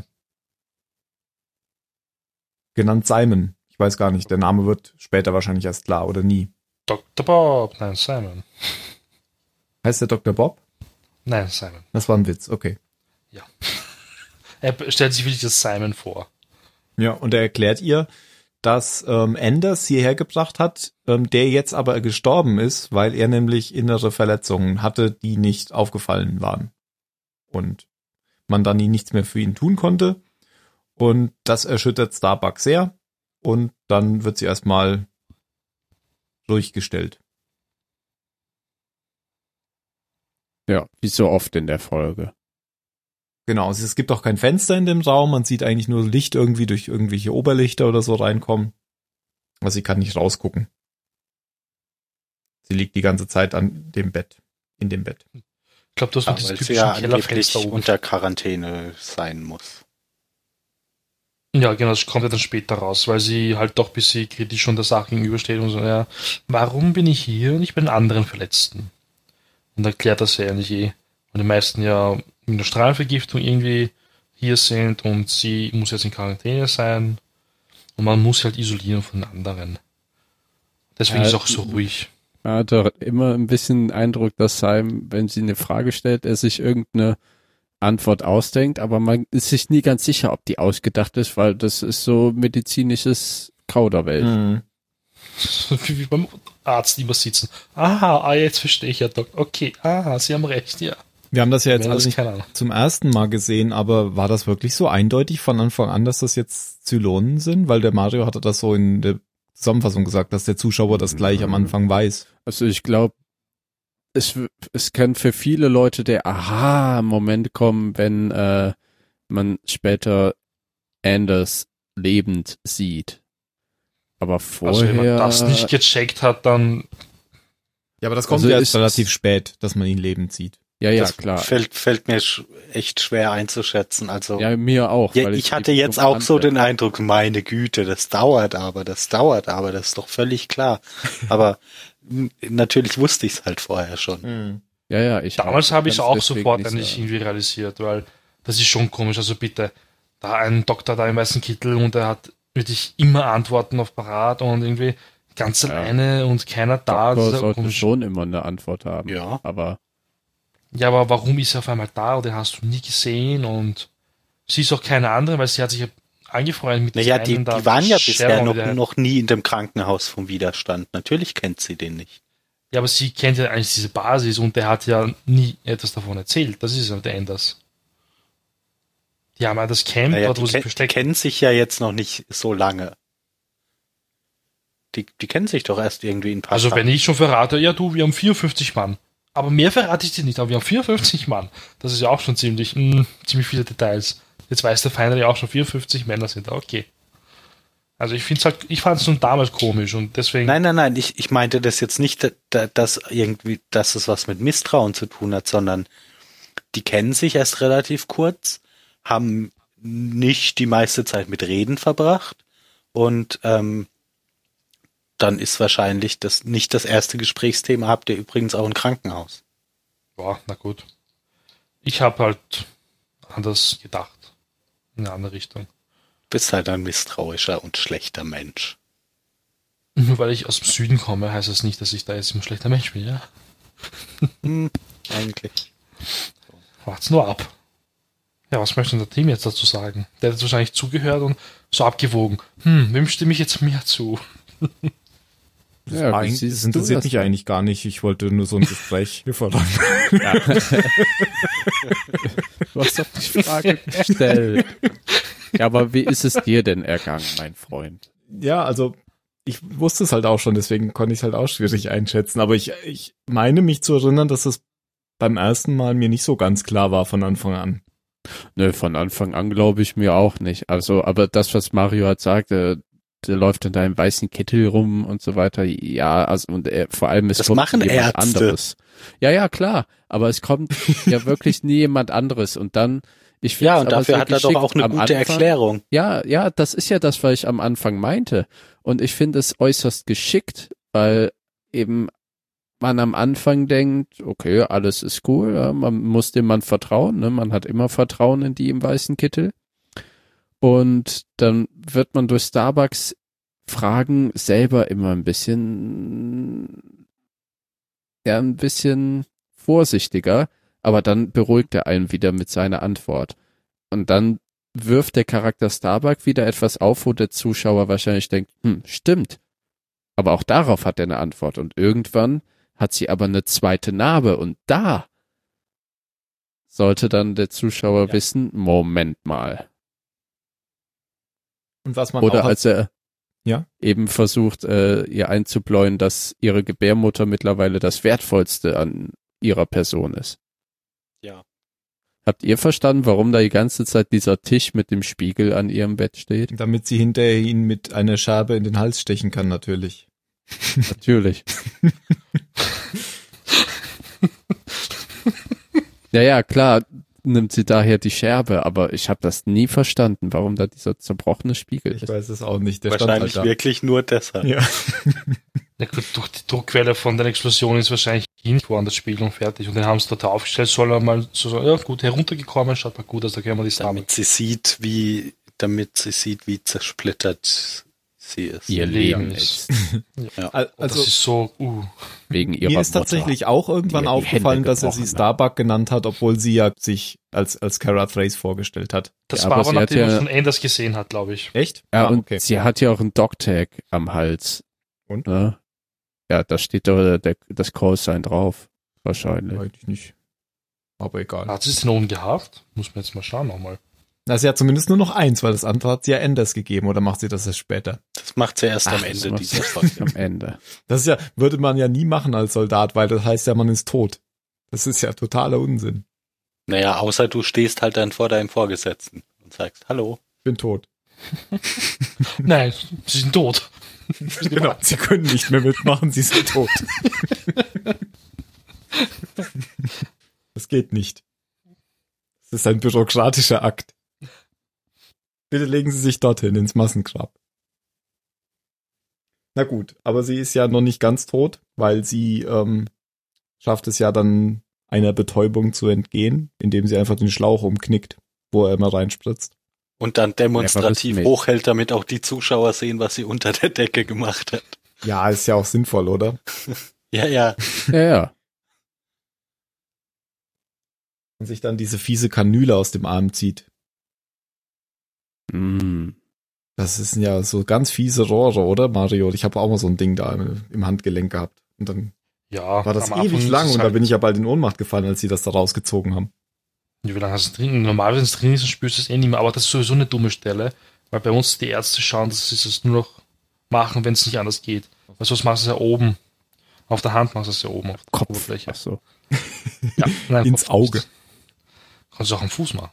Genannt Simon. Ich weiß gar nicht, der Name wird später wahrscheinlich erst klar oder nie. Doktor Bob, nein, Simon. Heißt der Doktor Bob? Nein, Simon. Das war ein Witz, okay. Er stellt sich wirklich das Simon vor. Ja, und er erklärt ihr, dass ähm, Anders hierher gebracht hat, ähm, der jetzt aber gestorben ist, weil er nämlich innere Verletzungen hatte, die nicht aufgefallen waren. Und man dann nie nichts mehr für ihn tun konnte. Und das erschüttert Starbuck sehr. Und dann wird sie erstmal durchgestellt. Ja, wie so oft in der Folge. Genau, es gibt auch kein Fenster in dem Raum. Man sieht eigentlich nur Licht irgendwie durch irgendwelche Oberlichter oder so reinkommen. Also sie kann nicht rausgucken. Sie liegt die ganze Zeit an dem Bett, in dem Bett. Ich glaube, du hast Ja, noch dieses weil sie typische ja angeblich Kellerfenster oben. unter Quarantäne sein muss. Ja, genau, das kommt ja dann später raus, weil sie halt doch ein bisschen kritisch unter Sache gegenübersteht und so, ja, warum bin ich hier und nicht bei den anderen Verletzten? Und erklärt das ja eigentlich eh. Und die meisten ja mit einer Strahlenvergiftung irgendwie hier sind und sie muss jetzt in Quarantäne sein und man muss sie halt isolieren von den anderen. Deswegen Ja, ist es auch so ruhig. Man hat doch immer ein bisschen den Eindruck, dass Simon, wenn sie eine Frage stellt, er sich irgendeine Antwort ausdenkt, aber man ist sich nie ganz sicher, ob die ausgedacht ist, weil das ist so medizinisches Kauderwelsch. Mhm. Wie beim Arzt immer sitzen. Aha, ah, jetzt verstehe ich ja, Doc. Okay, aha, Sie haben recht, ja. Wir haben das ja jetzt Mehr alle weiß nicht keine Ahnung. zum ersten Mal gesehen, aber war das wirklich so eindeutig von Anfang an, dass das jetzt Zylonen sind? Weil der Mario hatte das so in der Zusammenfassung gesagt, dass der Zuschauer das gleich am Anfang weiß. Also ich glaube, es, es kann für viele Leute der Aha-Moment kommen, wenn äh, man später Anders lebend sieht. Aber vorher... Also wenn man das nicht gecheckt hat, dann Ja, aber das kommt Also ja ist- erst relativ spät, dass man ihn lebend sieht. Ja, ja, das klar. Fällt, fällt mir sch echt schwer einzuschätzen. Also Ja, mir auch. ja, weil ich es hatte eben jetzt so auch so bekannt den Eindruck, meine Güte, das dauert aber, das dauert aber, das ist doch völlig klar. Aber m, natürlich wusste ich es halt vorher schon. wird. Ja, ja, ich damals habe ich es kann's auch deswegen sofort nicht eigentlich sagen. irgendwie realisiert, weil das ist schon komisch. Also bitte, da ein Doktor da im weißen Kittel und er hat wirklich immer Antworten auf parat und irgendwie ganz Ja. alleine und keiner da. Das Doktor ist ja sollte komisch. schon immer eine Antwort haben. Ja. Aber Ja, aber warum ist er auf einmal da? Den hast du nie gesehen und sie ist auch keine andere, weil sie hat sich ja angefreundet mit Naja, diesem die, einen da, die waren ja Sharon, bisher noch, der- noch nie in dem Krankenhaus vom Widerstand. Natürlich kennt sie den nicht. Ja, aber sie kennt ja eigentlich diese Basis und der hat ja nie etwas davon erzählt. Das ist ja der Enders. Die haben ja das Camp, Naja, dort die, wo sie ken- die versteckt. kennen sich ja jetzt noch nicht so lange. Die, die kennen sich doch erst irgendwie ein paar Also Tage. wenn ich schon verrate, ja du, wir haben vierundfünfzig Mann. Aber mehr verrate ich dir nicht, aber wir haben vierundfünfzig Mann. Das ist ja auch schon ziemlich, mh, ziemlich viele Details. Jetzt weiß der Feind ja auch schon vierundfünfzig Männer sind da, okay. Also ich find's halt, ich fand es schon damals komisch und deswegen. Nein, nein, nein, ich, ich meinte das jetzt nicht, da- da- dass irgendwie, dass es was mit Misstrauen zu tun hat, sondern die kennen sich erst relativ kurz, haben nicht die meiste Zeit mit Reden verbracht und ähm, dann ist wahrscheinlich das nicht das erste Gesprächsthema, habt ihr übrigens auch ein Krankenhaus. Ja, na gut. Ich habe halt anders gedacht. In eine andere Richtung. Bist halt ein misstrauischer und schlechter Mensch. Nur weil ich aus dem Süden komme, heißt das nicht, dass ich da jetzt immer ein schlechter Mensch bin, ja? Hm, eigentlich. Wart's nur ab. Ja, was möchte denn der Team jetzt dazu sagen? Der hat jetzt wahrscheinlich zugehört und so abgewogen. Hm, wem stimme ich jetzt mehr zu? ja, wie Eigentlich, siehst das du interessiert das mich denn? eigentlich gar nicht. Ich wollte nur so ein Gespräch fördern. Du hast doch die Frage gestellt. Ja, aber wie ist es dir denn ergangen, mein Freund? Ja, also ich wusste es halt auch schon, deswegen konnte ich es halt auch schwierig einschätzen. Aber ich, ich meine mich zu erinnern, dass es beim ersten Mal mir nicht so ganz klar war von Anfang an. Nö, von Anfang an glaube ich mir auch nicht. Also, aber das, was Mario halt sagte, der läuft in deinem weißen Kittel rum und so weiter. Ja, also und er, vor allem es Das kommt machen jemand Ärzte. anderes. Ja, ja, klar. Aber es kommt ja wirklich nie jemand anderes und dann ich Ja, find's und aber dafür so hat er doch geschickt auch eine am gute Anfang. Erklärung. Ja, ja, das ist ja das, was ich am Anfang meinte. Und ich finde es äußerst geschickt, weil eben man am Anfang denkt, okay, alles ist cool, ja, man muss dem Mann vertrauen, ne? Man hat immer Vertrauen in die im weißen Kittel. Und dann wird man durch Starbucks Fragen selber immer ein bisschen, ja, ein bisschen vorsichtiger, aber dann beruhigt er einen wieder mit seiner Antwort. Und dann wirft der Charakter Starbuck wieder etwas auf, wo der Zuschauer wahrscheinlich denkt, hm, stimmt. Aber auch darauf hat er eine Antwort. Und irgendwann hat sie aber eine zweite Narbe und da sollte dann der Zuschauer Ja. wissen, Moment mal. Und was man Oder auch als er Ja. eben versucht, äh, ihr einzubläuen, dass ihre Gebärmutter mittlerweile das Wertvollste an ihrer Person ist. Ja. Habt ihr verstanden, warum da die ganze Zeit dieser Tisch mit dem Spiegel an ihrem Bett steht? damit sie hinterher ihn mit einer Scherbe in den Hals stechen kann, natürlich. Natürlich. Ja, ja, klar nimmt sie daher die Scherbe, aber ich habe das nie verstanden, warum da dieser zerbrochene Spiegel Ich ist. weiß es auch nicht. Der stand Wahrscheinlich halt da. wirklich nur deshalb. Ja. Na gut, durch die Druckquelle von der Explosion ist wahrscheinlich nicht worden, das Spiegelung fertig. Und den haben sie dort aufgestellt, soll er mal so, so, ja gut, heruntergekommen, schaut mal gut aus, da können wir die Samen. Damit sie sieht, wie, damit sie sieht, wie zersplittert sie ist. Ihr Leben Leben ist. ist Ja. Al- Das Also ist so, uh. wegen ihrer mir ist Mutter. tatsächlich auch irgendwann die ihr die aufgefallen, Hände dass er sie gebrochen hat. Starbuck genannt hat, obwohl sie ja sich als als Cara Thrace vorgestellt hat. Das Ja, war aber aber sie hat nachdem er ja- schon Anders gesehen hat, glaube ich. Echt? Ja, Ah, und okay. sie hat ja auch einen Dog-Tag am Hals. Und? Ja, ja da steht da der, das Callsign drauf. Wahrscheinlich. Weiß ich nicht. Aber egal. Hat sie es denn oben gehabt? Muss man jetzt mal schauen nochmal. Na, sie hat zumindest nur noch eins, weil das andere hat sie ja Anders gegeben, oder macht sie das erst später? Das macht sie erst Ach, am das Ende macht dieser sie Folge. am Ende. Das ist ja, würde man ja nie machen als Soldat, weil das heißt ja, man ist tot. Das ist ja totaler Unsinn. Naja, außer du stehst halt dann vor deinem Vorgesetzten und sagst, hallo. Ich bin tot. Nein, sie sind tot. Genau. Sie können nicht mehr mitmachen, sie sind tot. Das geht nicht. Das ist ein bürokratischer Akt. Bitte legen Sie sich dorthin, ins Massengrab. Na gut, aber sie ist ja noch nicht ganz tot, weil sie ähm, schafft es ja dann einer Betäubung zu entgehen, indem sie einfach den Schlauch umknickt, wo er immer reinspritzt. Und dann demonstrativ mit. hochhält, damit auch die Zuschauer sehen, was sie unter der Decke gemacht hat. Ja, ist ja auch sinnvoll, oder? Ja, ja. Ja, ja. Und sich dann diese fiese Kanüle aus dem Arm zieht. Mm. Das sind ja so ganz fiese Rohre, oder, Mario? Ich habe auch mal so ein Ding da im, im Handgelenk gehabt. Und dann Ja, war das am Anfang ewig ist lang es und da halt- bin ich ja bald in Ohnmacht gefallen, als sie das da rausgezogen haben. Wie lange hast du drin? Normal, wenn es drin ist, dann spürst du es eh nicht mehr. Aber das ist sowieso eine dumme Stelle, weil bei uns die Ärzte schauen, dass sie es nur noch machen, wenn es nicht anders geht. Weil sonst machst du es ja oben. Auf der Hand machst du es ja oben auf der Kopf. Oberfläche. Ach so. Ja, nein, Ins Kopf Auge. nicht. Kannst du auch am Fuß machen.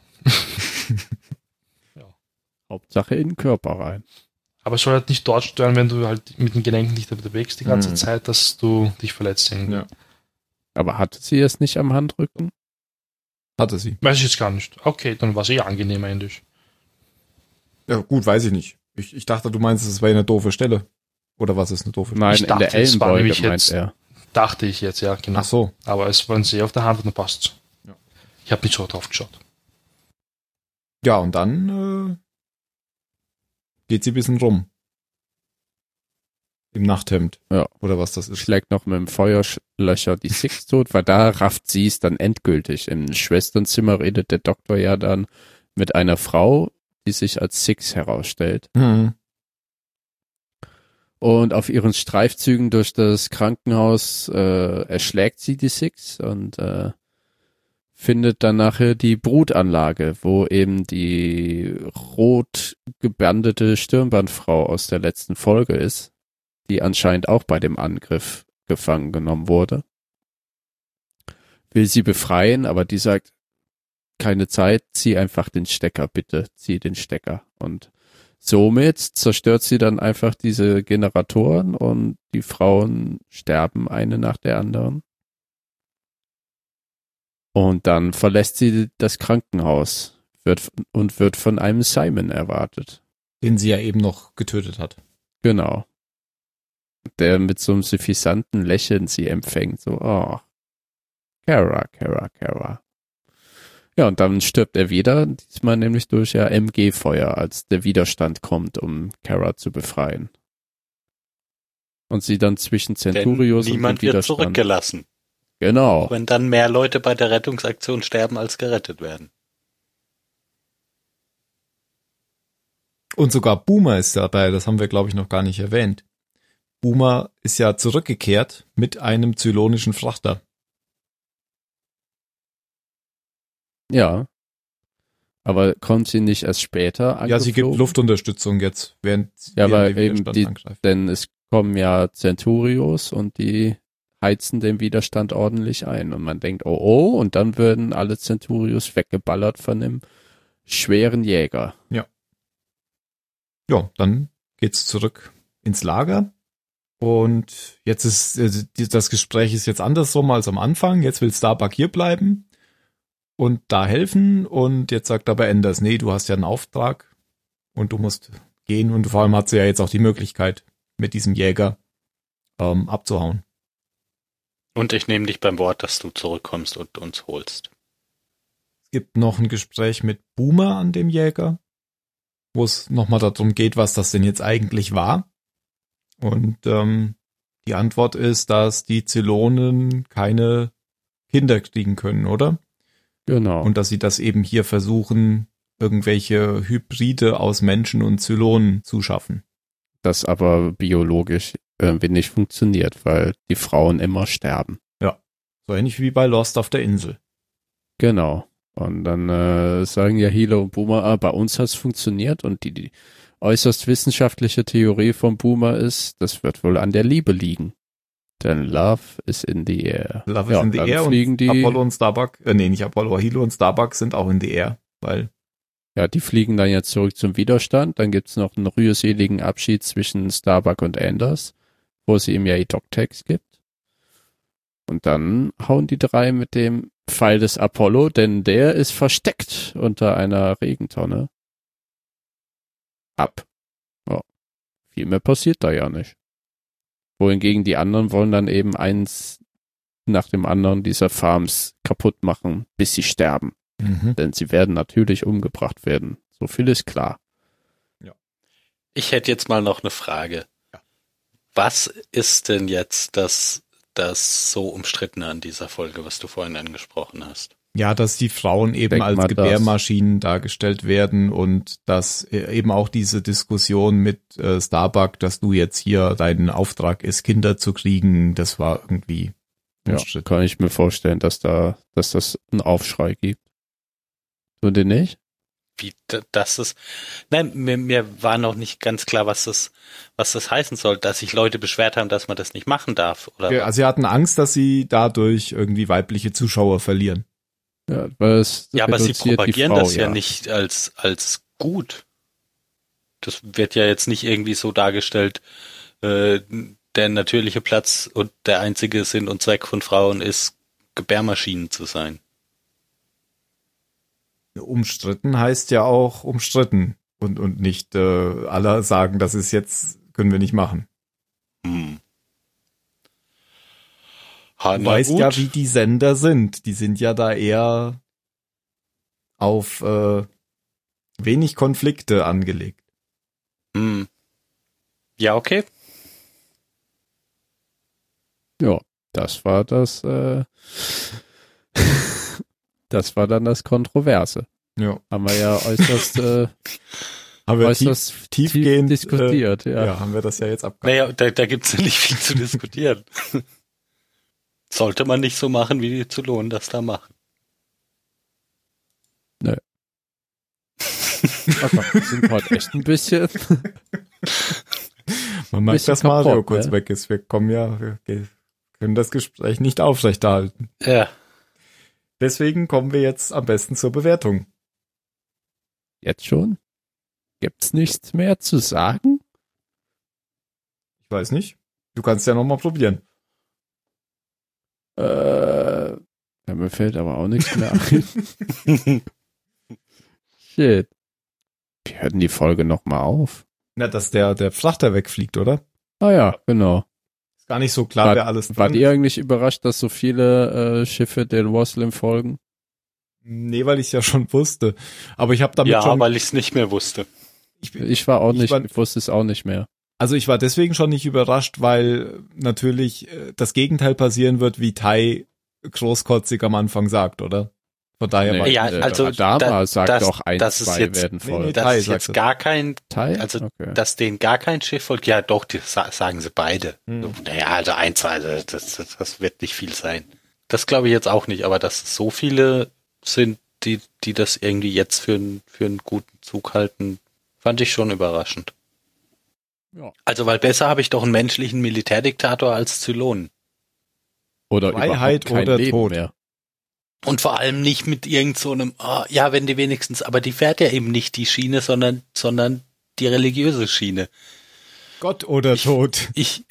Hauptsache in den Körper rein. Aber es soll halt nicht dort stören, wenn du halt mit den Gelenken dich da bewegst die ganze Mhm. Zeit, dass du dich verletzt irgendwie. Ja. Aber hatte sie es nicht am Handrücken? Hatte sie. Weiß ich jetzt gar nicht. Okay, dann war es eh angenehmer endlich. Ja, gut, weiß ich nicht. Ich, ich dachte, du meinst, es wäre eine doofe Stelle. Oder was ist eine doofe Stelle? Nein, Ich in dachte, der es war Ellenbeuge nämlich meint jetzt- er. Dachte ich jetzt, ja, genau. Ach so. Aber es war sie auf der Hand und dann passt's. Ja. Ich habe nicht so drauf geschaut. Ja, und dann äh, geht sie ein bisschen rum. Im Nachthemd. Ja. Oder was das ist. Schlägt noch mit dem Feuerlöscher die Six tot, weil da rafft sie es dann endgültig. Im Schwesternzimmer redet der Doktor ja dann mit einer Frau, die sich als Six herausstellt. Hm. Und auf ihren Streifzügen durch das Krankenhaus äh, erschlägt sie die Six und äh, findet dann nachher die Brutanlage, wo eben die rot gebandete Stirnbandfrau aus der letzten Folge ist, die anscheinend auch bei dem Angriff gefangen genommen wurde. Will sie befreien, aber die sagt, keine Zeit, zieh einfach den Stecker, bitte, zieh den Stecker. Und somit zerstört sie dann einfach diese Generatoren und die Frauen sterben eine nach der anderen. Und dann verlässt sie das Krankenhaus wird, und wird von einem Simon erwartet. Den sie ja eben noch getötet hat. Genau. Der mit so einem suffisanten Lächeln sie empfängt. So, oh, Kara, Kara, Kara. Ja, und dann stirbt er wieder, diesmal nämlich durch ja M G-Feuer, als der Widerstand kommt, um Kara zu befreien. Und sie dann zwischen Denn Centurios und niemand dem wird Widerstand. zurückgelassen. Genau. Wenn dann mehr Leute bei der Rettungsaktion sterben, als gerettet werden. Und sogar Boomer ist dabei, das haben wir, glaube ich, noch gar nicht erwähnt. Boomer ist ja zurückgekehrt mit einem zylonischen Frachter. Ja. Aber kommt sie nicht erst später angeflogen? Ja, sie gibt Luftunterstützung jetzt, während, ja, während aber der eben Widerstand die, angreift. denn es kommen ja Centurios und die heizen den Widerstand ordentlich ein. Und man denkt, oh oh, und dann würden alle Centurios weggeballert von dem schweren Jäger. Ja. Ja, dann geht's zurück ins Lager. Und jetzt ist, also das Gespräch ist jetzt andersrum als am Anfang. Jetzt will Starbuck hier bleiben und da helfen. Und jetzt sagt aber Anders, nee, du hast ja einen Auftrag und du musst gehen. Und vor allem hat sie ja jetzt auch die Möglichkeit, mit diesem Jäger ähm, abzuhauen. Und ich nehme dich beim Wort, dass du zurückkommst und uns holst. Es gibt noch ein Gespräch mit Boomer an dem Jäger, wo es nochmal darum geht, was das denn jetzt eigentlich war. Und ähm, die Antwort ist, dass die Zylonen keine Kinder kriegen können, oder? Genau. Und dass sie das eben hier versuchen, irgendwelche Hybride aus Menschen und Zylonen zu schaffen. Das aber biologisch irgendwie nicht funktioniert, weil die Frauen immer sterben. So ähnlich wie bei Lost auf der Insel. Genau. Und dann äh, sagen ja Hilo und Boomer, ah, bei uns hat's funktioniert und die, die äußerst wissenschaftliche Theorie von Boomer ist, das wird wohl an der Liebe liegen. Denn Love is in the air. Love ja, is in the dann air fliegen und die, Apollo und Starbuck, äh, nee, nicht Apollo, Hilo und Starbuck sind auch in the air, weil ja, die fliegen dann jetzt zurück zum Widerstand. Dann gibt's noch einen rührseligen Abschied zwischen Starbuck und Anders, wo sie ihm ja die Doc-Tags gibt. Und dann hauen die drei mit dem Pfeil des Apollo, denn der ist versteckt unter einer Regentonne, ab. Ja. Viel mehr passiert da ja nicht. Wohingegen die anderen wollen dann eben eins nach dem anderen dieser Farms kaputt machen, bis sie sterben. mhm. Denn sie werden natürlich umgebracht werden. So viel ist klar. Ich hätte jetzt mal noch eine Frage. Ja. Was ist denn jetzt das, das so Umstrittene an dieser Folge, was du vorhin angesprochen hast? Ja, dass die Frauen eben Denk als mal Gebärmaschinen dargestellt werden und dass eben auch diese Diskussion mit äh, Starbuck, dass du jetzt hier dein Auftrag ist, Kinder zu kriegen, das war irgendwie Ja, umstritten. kann ich mir vorstellen, dass da, dass das einen Aufschrei gibt. Du denn nicht? Wie d- das ist. Nein, mir, mir war noch nicht ganz klar, was das, was das heißen soll, dass sich Leute beschwert haben, dass man das nicht machen darf. Oder Ja, also sie hatten Angst, dass sie dadurch irgendwie weibliche Zuschauer verlieren. Ja, weil es ja, aber sie reduziert die propagieren Frau, das ja nicht als, als gut. Das wird ja jetzt nicht irgendwie so dargestellt, äh, der natürliche Platz und der einzige Sinn und Zweck von Frauen ist, Gebärmaschinen zu sein. Umstritten heißt ja auch umstritten und, und nicht äh, alle sagen, das ist jetzt, können wir nicht machen. Hm. Ha, Du na weißt gut. ja, wie die Sender sind. Die sind ja da eher auf äh, wenig Konflikte angelegt. Hm. Ja, okay. Ja, das war das, äh, das war dann das Kontroverse. Ja. Haben wir ja äußerst, äh, Haben wir tief, äußerst tiefgehend diskutiert, äh, ja. ja, haben wir das ja jetzt abgehandelt. Naja, da, da gibt's ja nicht viel zu diskutieren. Sollte man nicht so machen, wie die Zylonen das da machen. Aber wir sind heute echt ein bisschen, Man merkt, bisschen dass Mario kaputt, kurz ne? weg ist. Wir kommen ja, wir ge- können das Gespräch nicht aufrechterhalten. Ja. Deswegen kommen wir jetzt am besten zur Bewertung. jetzt schon? Gibt's nichts mehr zu sagen? Ich weiß nicht. Du kannst ja nochmal probieren. Äh, ja, mir fällt aber auch nichts mehr ein. Shit. Wir hörten die Folge nochmal auf. Na, dass der, der Frachter wegfliegt, oder? Ah ja, genau. Ist gar nicht so klar, War- wer alles Wart drin ihr ist. eigentlich überrascht, dass so viele äh, Schiffe den Waslim folgen? Nee, weil ich es ja schon wusste. Aber ich habe damit Ja, schon... weil ich es nicht mehr wusste. Ich, Ich war auch Ich nicht, war- ich wusste es auch nicht mehr. also ich war deswegen schon nicht überrascht, weil natürlich äh, das Gegenteil passieren wird, wie Tai großkotzig am Anfang sagt, oder? Von daher Nee, war Ja, äh, also Adama da- sagt das- doch ein, das ist zwei jetzt- werden Nee, folgen. nee, Das Tai ist sagt jetzt das. gar kein, Teil? also okay. dass denen gar kein Schiff folgt. Ja, doch, die sa- sagen sie beide. Hm. So, naja, also ein, zwei, also das, das, das wird nicht viel sein. Das glaube ich jetzt auch nicht, aber dass es so viele sind, die, die das irgendwie jetzt für, einen für einen guten Zug halten, fand ich schon überraschend. Ja. Also, weil besser habe ich doch einen menschlichen Militärdiktator als Zylonen. Oder Freiheit überhaupt kein oder Leben Tod. mehr. Und vor allem nicht mit irgend so einem, oh, ja, wenn die wenigstens, aber die fährt ja eben nicht die Schiene, sondern, sondern die religiöse Schiene. Gott oder Tod. Ich,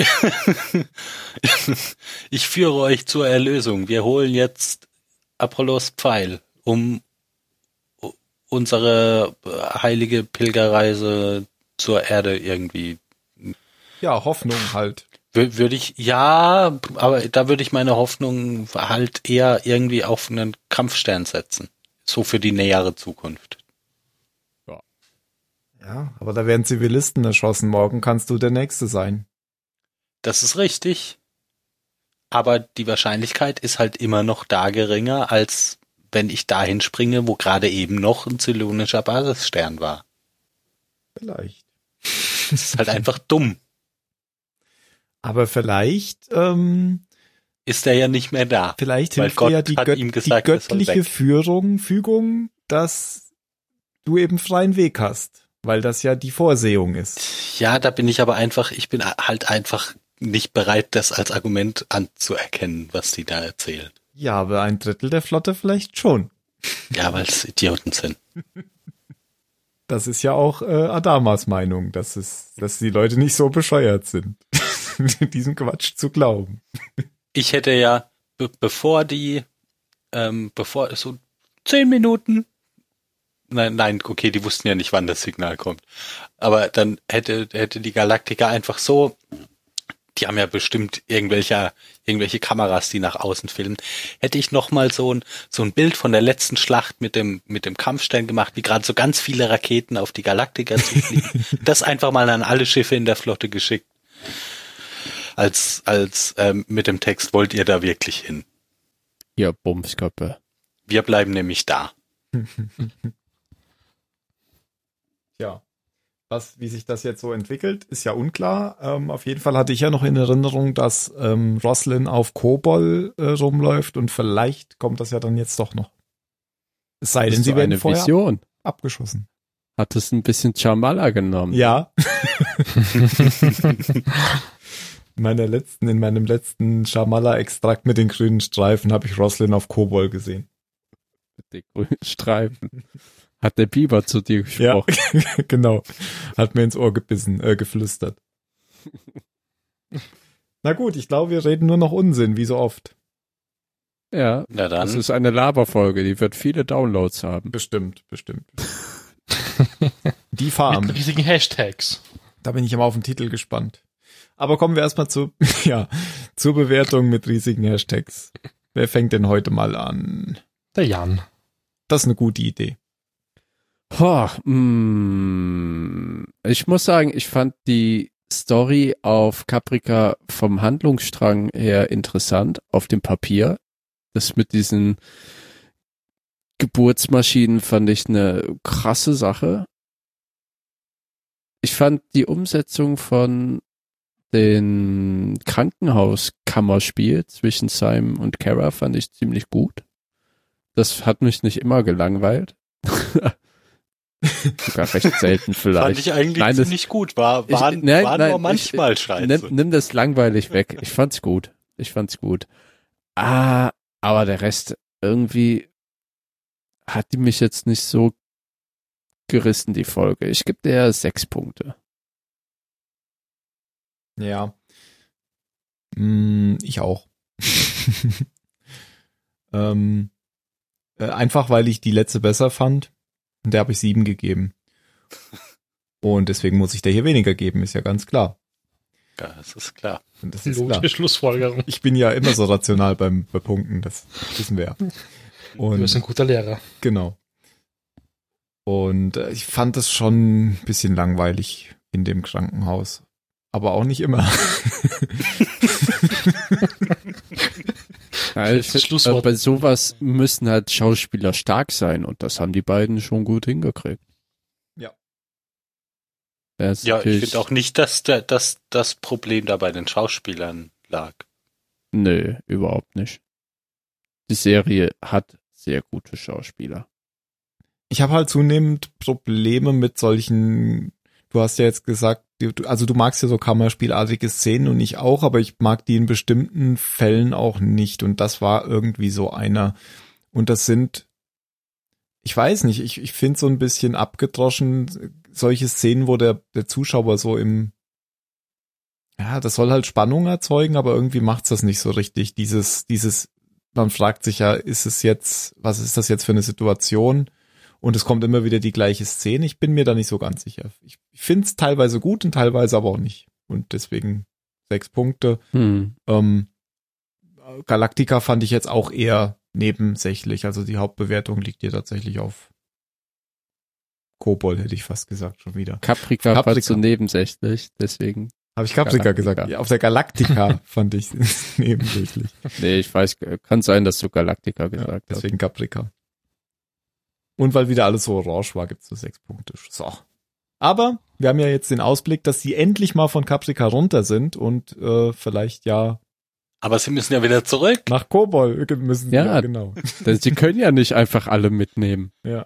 ich führe euch zur Erlösung. Wir holen jetzt Apollos Pfeil, um unsere heilige Pilgerreise zur Erde irgendwie. Ja, Hoffnung halt. Würde ich, ja, aber da würde ich meine Hoffnung halt eher irgendwie auf einen Kampfstern setzen. So für die nähere Zukunft. Ja, aber da werden Zivilisten erschossen. Morgen kannst du der Nächste sein. Das ist richtig. Aber die Wahrscheinlichkeit ist halt immer noch da geringer, als wenn ich dahin springe, wo gerade eben noch ein zylonischer Basisstern war. Vielleicht. Das ist halt einfach dumm. Aber vielleicht, ähm, Ist er ja nicht mehr da. vielleicht Weil hilft Gott dir ja die, hat Gött ihm gesagt, die er soll göttliche weg. Führung, Fügung, dass du eben freien Weg hast. Weil das ja die Vorsehung ist. Ja, da bin ich aber einfach, ich bin halt einfach nicht bereit, das als Argument anzuerkennen, was die da erzählen. Ja, aber ein Drittel der Flotte vielleicht schon. Ja, weil es Idioten sind. Das ist ja auch äh, Adamas Meinung, dass es, dass die Leute nicht so bescheuert sind, diesem Quatsch zu glauben. Ich hätte ja, be bevor die, ähm, bevor, so zehn Minuten, nein, nein, okay, die wussten ja nicht, wann das Signal kommt, aber dann hätte, hätte die Galaktika einfach so, die haben ja bestimmt irgendwelche, irgendwelche Kameras, die nach außen filmen, hätte ich nochmal so ein, so ein Bild von der letzten Schlacht mit dem, mit dem Kampfstern gemacht, wie gerade so ganz viele Raketen auf die Galaktika zu fliegen, das einfach mal an alle Schiffe in der Flotte geschickt. Als, als, ähm, mit dem Text, wollt ihr da wirklich hin? Ihr Bumsköppe. Wir bleiben nämlich da. Ja. Was, wie sich das jetzt so entwickelt, ist ja unklar. Ähm, auf jeden Fall hatte ich ja noch in Erinnerung, dass ähm, Roslin auf Kobol äh, rumläuft und vielleicht kommt das ja dann jetzt doch noch. Es sei denn, Bist sie du werden eine vorher Vision. abgeschossen. Hat es ein bisschen Chamala genommen. Ja. in meiner letzten, in meinem letzten Shamala-Extrakt mit den grünen Streifen habe ich Roslin auf Kobol gesehen. Mit den grünen Streifen. Hat der Biber zu dir Ja, gesprochen? genau. Hat mir ins Ohr gebissen, äh, geflüstert. Na gut, ich glaube, wir reden nur noch Unsinn, wie so oft. Ja, Na dann. das ist eine Laberfolge, die wird viele Downloads haben. Bestimmt, bestimmt. Die Farm. Mit riesigen Hashtags. Da bin ich immer auf den Titel gespannt. Aber kommen wir erstmal zu, ja, zur Bewertung mit riesigen Hashtags. Wer fängt denn heute mal an? Der Jan. Das ist eine gute Idee. Oh, mm, ich muss sagen, ich fand die Story auf Caprica vom Handlungsstrang her interessant auf dem Papier. Das mit diesen Geburtsmaschinen fand ich eine krasse Sache. Ich fand die Umsetzung von den Krankenhauskammerspiel zwischen Simon und Kara fand ich ziemlich gut. Das hat mich nicht immer gelangweilt. Sogar recht selten vielleicht. Fand ich eigentlich Nein, das- ziemlich gut. War, Ich- waren, nein, war nein, nur ich- manchmal scheiße. Nimm, nimm das langweilig weg. Ich fand's gut. Ich fand's gut. Ah, aber der Rest irgendwie hat die mich jetzt nicht so gerissen, die Folge. Ich gebe der sechs Punkte. Ja. Mm, ich auch. ähm, äh, einfach, weil ich die letzte besser fand. Und der habe ich sieben gegeben. Und deswegen muss ich der hier weniger geben, ist ja ganz klar. Ja, das ist klar. Und das ist klar. Logische Schlussfolgerung. Ich bin ja immer so rational beim bei Punkten, das wissen wir ja. Du bist ein Und guter Lehrer. genau. Und äh, ich fand das schon ein bisschen langweilig in dem Krankenhaus. Aber auch nicht immer. Ja, ich Das find, Schlusswort. äh, bei sowas müssen halt Schauspieler stark sein und das haben die beiden schon gut hingekriegt. Ja. Das ist Ja, ich natürlich- finde auch nicht, dass der, dass das Problem da bei den Schauspielern lag. Nö, überhaupt nicht. Die Serie hat sehr gute Schauspieler. ich habe halt zunehmend Probleme mit solchen, du hast ja jetzt gesagt, du, also du magst ja so kammerspielartige Szenen und ich auch, aber ich mag die in bestimmten Fällen auch nicht und das war irgendwie so einer. Und das sind, ich weiß nicht, ich, ich finde so ein bisschen abgedroschen, solche Szenen, wo der, der Zuschauer so im, ja, das soll halt Spannung erzeugen, aber irgendwie macht's das nicht so richtig. Dieses, dieses, man fragt sich ja, ist es jetzt, was ist das jetzt für eine Situation? Und es kommt immer wieder die gleiche Szene. Ich bin mir da nicht so ganz sicher. Ich, ich finde es teilweise gut und teilweise aber auch nicht. Und deswegen sechs Punkte. Hm. Ähm, Galactica fand ich jetzt auch eher nebensächlich. Also die Hauptbewertung liegt hier tatsächlich auf Kobold, hätte ich fast gesagt, schon wieder. Caprica, Caprica. war zu nebensächlich, deswegen. Habe ich Caprica Galactica. gesagt? Ja, auf der Galactica fand ich es nebensächlich. Nee, ich weiß, kann sein, dass du Galactica gesagt Ja, hast. deswegen Caprica. Und weil wieder alles so orange war, gibt's nur sechs Punkte. So. Aber wir haben ja jetzt den Ausblick, dass sie endlich mal von Caprica runter sind und äh, vielleicht ja Aber sie müssen ja wieder zurück. nach Kobold müssen. Ja. Ja, genau. Denn sie können ja nicht einfach alle mitnehmen. Ja.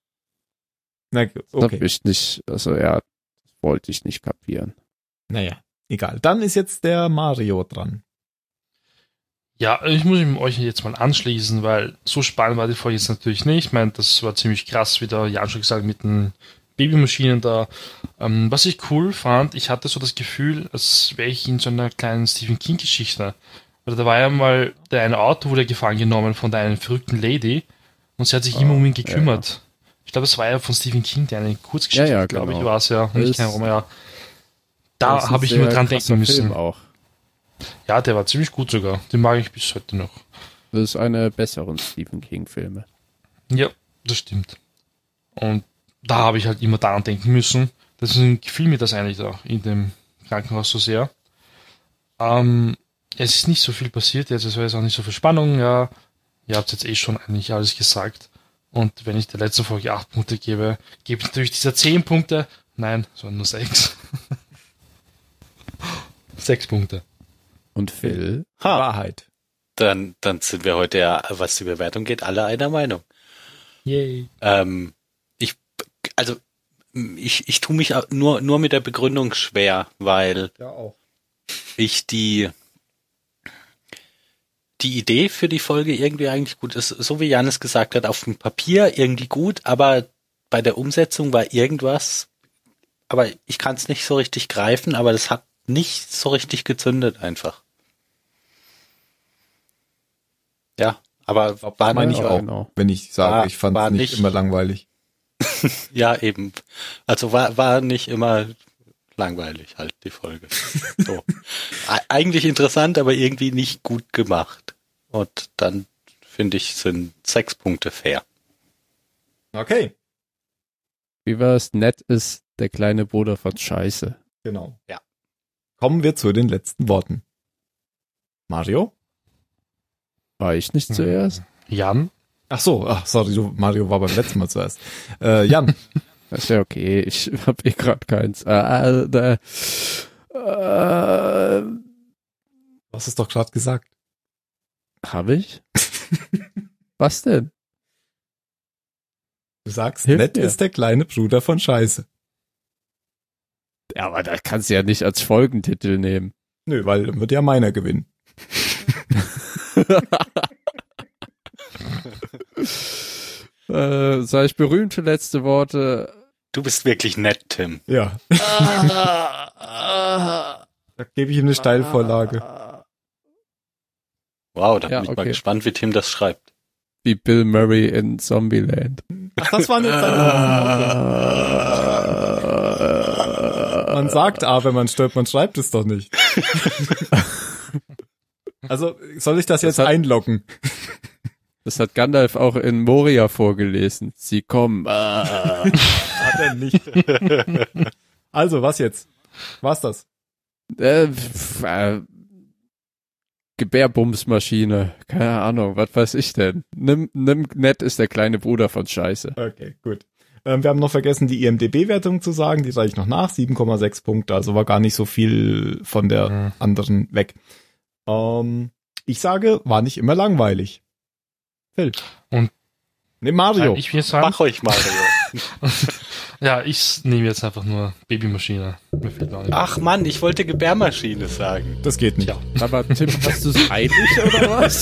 Na gut, Das hab okay. ich nicht, also ja, das wollte ich nicht kapieren. Naja, egal. Dann ist jetzt der Mario dran. Ja, ich muss mich euch jetzt mal anschließen, weil so spannend war die Folge jetzt natürlich nicht. Ich meine, das war ziemlich krass, wie der Jan schon gesagt hat, mit den Babymaschinen da. Ähm, was ich cool fand, ich hatte so das Gefühl, als wäre ich in so einer kleinen Stephen King-Geschichte. Weil da war ja mal, der eine Auto wurde gefangen genommen von der einen verrückten Lady und sie hat sich Oh, immer um ihn gekümmert. ja. Ich glaube, das war ja von Stephen King, der eine Kurzgeschichte, Ja, ja, glaube ich, genau. war es ja. Das Nicht kein ist- Roman, ja. Das ist Da ein habe ich sehr immer dran krasser denken müssen. Film auch. Ja, der war ziemlich gut sogar. Den mag ich bis heute noch. Das ist einer der besseren Stephen King-Filme. Ja, das stimmt. Und da habe ich halt immer daran denken müssen. Deswegen gefiel mir das eigentlich auch in dem Krankenhaus so sehr. Ähm, es ist nicht so viel passiert jetzt, es war jetzt auch nicht so viel Spannung, ja. Ihr habt jetzt eh schon eigentlich alles gesagt. Und wenn ich der letzten Folge acht Punkte gebe, gebe ich natürlich dieser zehn Punkte. Nein, sondern nur sechs. Sechs Punkte. Und Phil? Ha, Wahrheit. dann, dann sind wir heute ja, was die Bewertung geht, alle einer Meinung. Yay. Ähm, ich, also, ich, ich tue mich auch nur, nur mit der Begründung schwer, weil Ja, auch. ich die, die Idee für die Folge irgendwie eigentlich gut ist. So wie Janis gesagt hat, auf dem Papier irgendwie gut, aber bei der Umsetzung war irgendwas, aber ich kann es nicht so richtig greifen, aber das hat nicht so richtig gezündet einfach. Ja, aber war meine ich nicht, auch, genau. wenn ich sage, War- ich fand war es nicht, nicht- immer langweilig. ja eben, also war, war nicht immer langweilig halt die Folge. So. E- Eigentlich interessant, aber irgendwie nicht gut gemacht. Und dann finde ich, sind sechs Punkte fair. Okay, Wie war es? Nett ist der kleine Bruder von Scheiße. genau. Ja. Kommen wir zu den letzten Worten. Mario? War ich nicht zuerst? Jan? Ach so, ach sorry, du, Mario war beim letzten Mal zuerst. Äh, Jan, Das ist ja okay, ich hab eh grad keins. Äh, äh, äh, du hast es doch gerade gesagt. hab ich? Was denn? Du sagst, Hilf nett mir. ist der kleine Bruder von Scheiße. Ja, aber das kannst du ja nicht als Folgentitel nehmen. Nö, weil dann wird ja meiner gewinnen. äh, sag ich berühmte letzte Worte. Du bist wirklich nett, Tim. Ja, da gebe ich ihm eine Steilvorlage. Wow, da Ja, bin ich okay. mal gespannt, wie Tim das schreibt. Wie Bill Murray in Zombieland. Ach, das waren jetzt seine Man sagt A, wenn man stirbt, man schreibt es doch nicht. Also, soll ich das jetzt Das hat- einloggen? Das hat Gandalf auch in Moria vorgelesen. Sie kommen. Hat er nicht. Also, was jetzt? War's das? Äh, pf, äh, Gebärbumsmaschine. Keine Ahnung, was weiß ich denn? Nimm, nimm nett ist der kleine Bruder von Scheiße. Okay, gut. Ähm, wir haben noch vergessen, die I M D B-Wertung zu sagen. Die reiche ich noch nach. sieben Komma sechs Punkte. Also war gar nicht so viel von der Mhm. anderen weg. Ähm, ich sage, war nicht immer langweilig. Phil. Und- Ne, Mario. Kann ich mir sagen? Mach euch, Mario. Ja, ich nehme jetzt einfach nur Babymaschine. Mir fehlt auch nicht. Ach Mann, ich wollte Gebärmaschine sagen. Das geht nicht. Ja. Aber Tim, hast du es eilig oder was?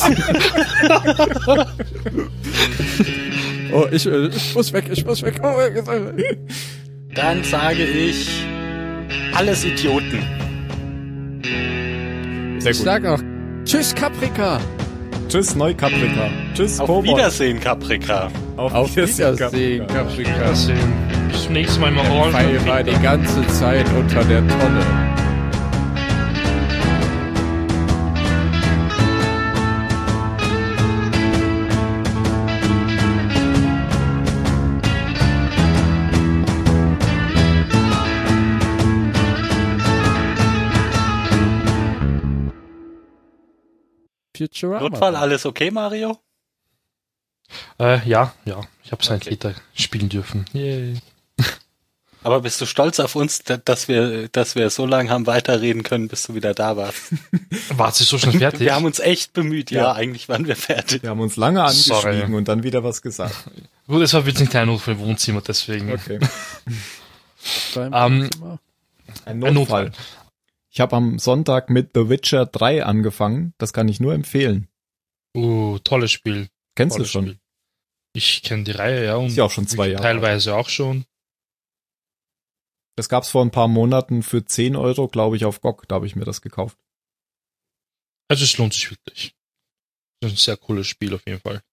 oh, ich, äh, ich muss weg, ich muss weg. Oh, äh, Dann sage ich alles Idioten. Sehr ich gut. sag auch Tschüss, Caprica. Tschüss, Neukaprika. Tschüss, Auf Kobold. Wiedersehen, Caprica. Auf Wiedersehen, Caprica. Caprica. Wiedersehen. Bis zum nächsten Mal im Der Orange. Pfeil war die ganze Zeit unter der Tonne. Futurama. Notfall, alles okay, Mario? Äh, ja, ja. Ich habe Saint Okay. Rita spielen dürfen. Yay. Aber bist du stolz auf uns, da- dass wir, dass wir so lange haben weiterreden können, bis du wieder da warst? War sie so schnell fertig? Wir haben uns echt bemüht. Ja, Ja. eigentlich waren wir fertig. Wir haben uns lange Sorry. angeschwiegen und dann wieder was gesagt. Gut, es war wirklich ein kleiner Notfall im Wohnzimmer, deswegen. Okay. Beim Ähm, Zimmer. Ein Ein Notfall. Notfall. Ich habe am Sonntag mit The Witcher drei angefangen. Das kann ich nur empfehlen. Uh, tolles Spiel. Kennst du Tolles schon? Spiel. Ich kenne die Reihe, ja. Und Ist ja auch schon zwei Jahre teilweise auch schon. Das gab's vor ein paar Monaten für zehn Euro, glaube ich, auf G O G. Da habe ich mir das gekauft. Also es lohnt sich wirklich. Das ist ein sehr cooles Spiel auf jeden Fall.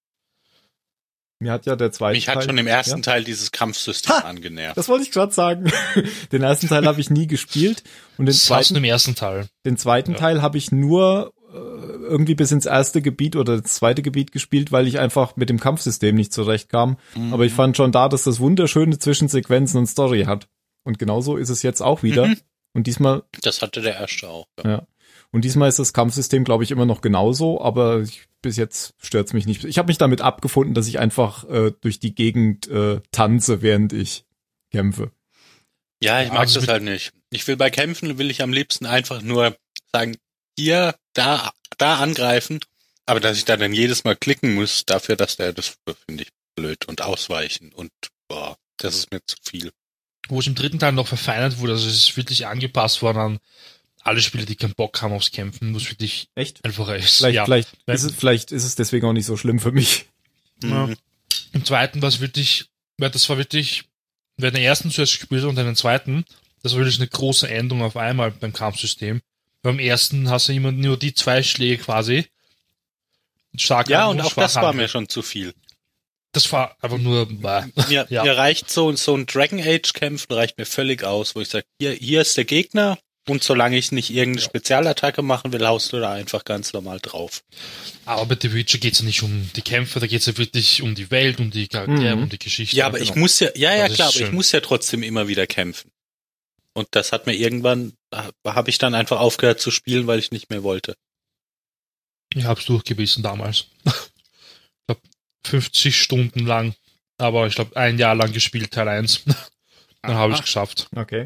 Mir hat ja der zweite Mich hat Teil, schon im ersten ja? Teil dieses Kampfsystem Ha! angenervt. Das wollte ich gerade sagen. Den ersten Teil habe ich nie gespielt und den Das hast du zweiten, im ersten Teil. den zweiten Ja. Teil habe ich nur äh, irgendwie bis ins erste Gebiet oder das zweite Gebiet gespielt, weil ich einfach mit dem Kampfsystem nicht zurechtkam. Mhm. Aber ich fand schon da, dass das wunderschöne Zwischensequenzen und Story hat. Und genauso ist es jetzt auch wieder. Mhm. Und diesmal, Das hatte der erste auch. Ja. ja. Und diesmal ist das Kampfsystem, glaube ich, immer noch genauso, aber ich, bis jetzt stört's mich nicht. Ich habe mich damit abgefunden, dass ich einfach äh, durch die Gegend äh, tanze, während ich kämpfe. Ja, ich Ja, mag also das mit- halt nicht. Ich will bei Kämpfen, will ich am liebsten einfach nur sagen, hier, da, da angreifen. Aber dass ich da dann jedes Mal klicken muss, dafür, dass der, das finde ich blöd und ausweichen und boah, das ist mir zu viel. Wo es im dritten Teil noch verfeinert wurde, also es ist wirklich angepasst worden an alle Spieler, die keinen Bock haben aufs Kämpfen, wo es wirklich Echt? einfacher ist. Vielleicht, ja. vielleicht, Wenn- ist es, vielleicht ist es deswegen auch nicht so schlimm für mich. Ja. Mhm. Im zweiten war es wirklich, weil das war wirklich, wer den ersten zuerst gespielt hat und dann den zweiten, das war wirklich eine große Änderung auf einmal beim Kampfsystem. Beim ersten hast du immer nur die zwei Schläge quasi. Stark Ja, Angriff, und auch schwach das war Angriff. mir schon zu viel. Das war einfach nur, bäh. Mir, Ja. mir reicht so, so ein Dragon Age Kämpfen reicht mir völlig aus, wo ich sage, hier, hier ist der Gegner und solange ich nicht irgendeine Ja. Spezialattacke machen will, haust du da einfach ganz normal drauf. Aber bei The Witcher geht es ja nicht um die Kämpfe, da geht es ja wirklich um die Welt, um die Charaktere, Mhm. um die Geschichte. Ja, aber ich muss ja, ja, ja Das ist klar, aber ich schön. muss ja trotzdem immer wieder kämpfen. Und das hat mir irgendwann, habe ich dann einfach aufgehört zu spielen, weil ich nicht mehr wollte. Ich hab's durchgebissen damals. Ich glaube, fünfzig Stunden lang, aber ich glaube, ein Jahr lang gespielt, Teil eins. Dann habe ich es geschafft. Okay.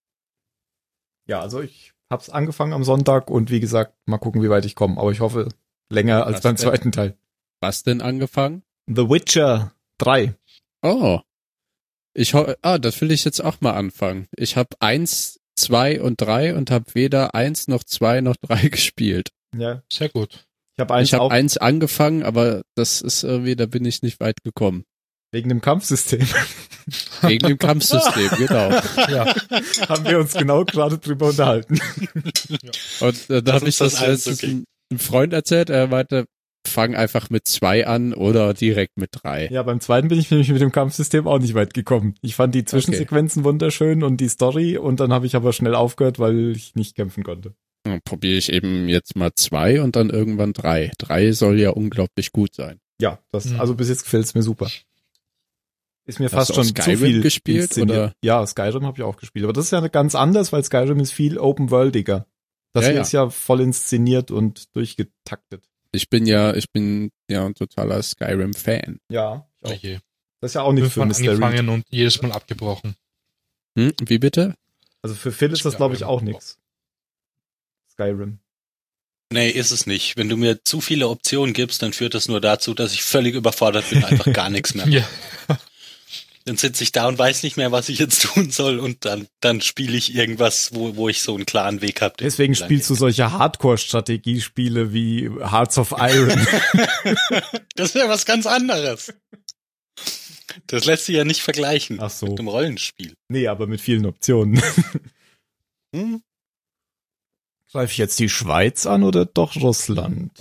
Ja, also ich hab's angefangen am Sonntag und wie gesagt, mal gucken, wie weit ich komme. Aber ich hoffe, länger als Was beim denn? zweiten Teil. Was denn angefangen? The Witcher drei. Oh. Ich ho ah, das will ich jetzt auch mal anfangen. Ich habe eins, zwei und drei und habe weder eins noch zwei noch drei gespielt. Ja. Sehr gut. Ich habe eins ich habe auch eins angefangen, aber das ist irgendwie, da bin ich nicht weit gekommen. wegen dem Kampfsystem. Wegen dem Kampfsystem, genau. Ja, Haben wir uns genau gerade drüber unterhalten. Und äh, da Das habe ich ist das das letztens Einzige. einem einem Freund erzählt, er meinte, fang einfach mit zwei an oder direkt mit drei. Ja, beim zweiten bin ich nämlich mit dem Kampfsystem auch nicht weit gekommen. Ich fand die Zwischensequenzen wunderschön und die Story und dann habe ich aber schnell aufgehört, weil ich nicht kämpfen konnte. Dann probiere ich eben jetzt mal zwei und dann irgendwann drei. Drei soll ja unglaublich gut sein. Ja, das, Mhm. also bis jetzt gefällt's mir super. Ist mir Hast fast du auch schon Skyrim zu viel gespielt, inszeniert. oder? Ja, Skyrim habe ich auch gespielt. Aber das ist ja ganz anders, weil Skyrim ist viel open-worldiger. Das Ja, hier ja. ist ja voll inszeniert und durchgetaktet. Ich bin ja, ich bin ja ein totaler Skyrim-Fan. Ja, ich auch. okay. Das ist ja auch nicht für Fünfmal Mister Reed. angefangen und jedes Mal abgebrochen. Hm? Wie bitte? Also für Phil ist das, glaube ich, Skyrim. auch nix. Skyrim. Nee, ist es nicht. Wenn du mir zu viele Optionen gibst, dann führt das nur dazu, dass ich völlig überfordert bin, einfach gar nichts mehr. Ja. Dann sitze ich da und weiß nicht mehr, was ich jetzt tun soll und dann, dann spiele ich irgendwas, wo, wo ich so einen klaren Weg habe. Deswegen spielst du solche Hardcore-Strategiespiele wie Hearts of Iron. Das wäre was ganz anderes. Das lässt sich ja nicht vergleichen Ach so. mit einem Rollenspiel. Nee, aber mit vielen Optionen. Hm? Greife ich jetzt die Schweiz an oder doch Russland?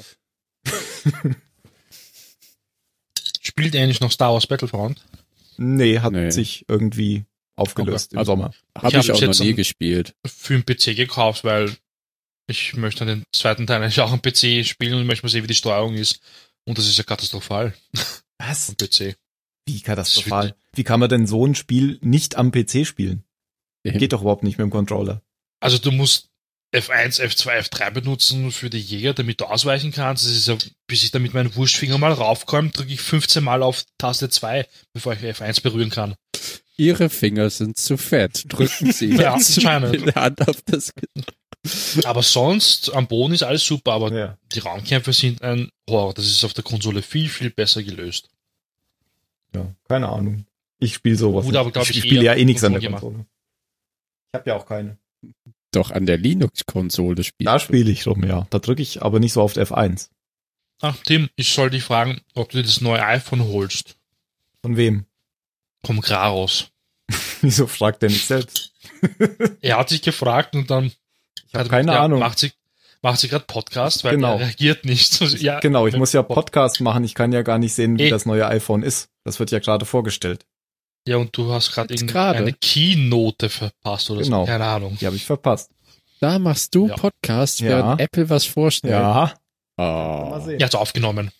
Spielt er eigentlich noch Star Wars Battlefront? Nee, hat Nee. sich irgendwie aufgelöst im Also- Sommer. Habe Ich ich, hab auch noch jetzt nie am- gespielt. Für den P C gekauft, weil ich möchte den zweiten Teil eigentlich auch am P C spielen und möchte mal sehen, wie die Steuerung ist. Und das ist ja katastrophal Was? am P C. Wie katastrophal. Wie kann man denn so ein Spiel nicht am P C spielen? Geht doch überhaupt nicht mit dem Controller. Also du musst F eins, F zwei, F drei benutzen für die Jäger, damit du ausweichen kannst. Das ist ja, bis ich da mit meinem Wurstfinger mal raufkomme, drücke ich fünfzehn Mal auf Taste zwei, bevor ich F eins berühren kann. Ihre Finger sind zu fett. Drücken Sie Ja, jetzt anscheinend. in der Hand auf das. Aber sonst, am Boden ist alles super, aber Ja. die Raumkämpfe sind ein Horror. Das ist auf der Konsole viel, viel besser gelöst. Ja, keine Ahnung. Ich spiele sowas. Gut, nicht. aber glaub ich ich spiele eher ja eh nichts an der Konsole Konsole. Ich habe ja auch keine. Doch an der Linux-Konsole spielt. Da spiele ich rum, ja. Da drücke ich aber nicht so oft F eins. Ach, Tim, ich soll dich fragen, ob du dir das neue iPhone holst. Von wem? Vom Graros. Wieso fragt der nicht selbst? Er hat sich gefragt und dann Ich habe keine ja, Ahnung. macht sie, macht sie gerade Podcast, weil Genau. er reagiert nicht. Ja, Genau, ich muss ja Podcast machen. Ich kann ja gar nicht sehen, wie Eh. das neue iPhone ist. Das wird ja gerade vorgestellt. Ja, und du hast gerade Jetzt irgendeine gerade? Keynote verpasst oder Genau. so. Keine Ahnung. Die habe ich verpasst. Da machst du Ja. Podcast, Ja. während Apple was vorstellt. Ja. Oh. Mal sehen. Er hat's aufgenommen.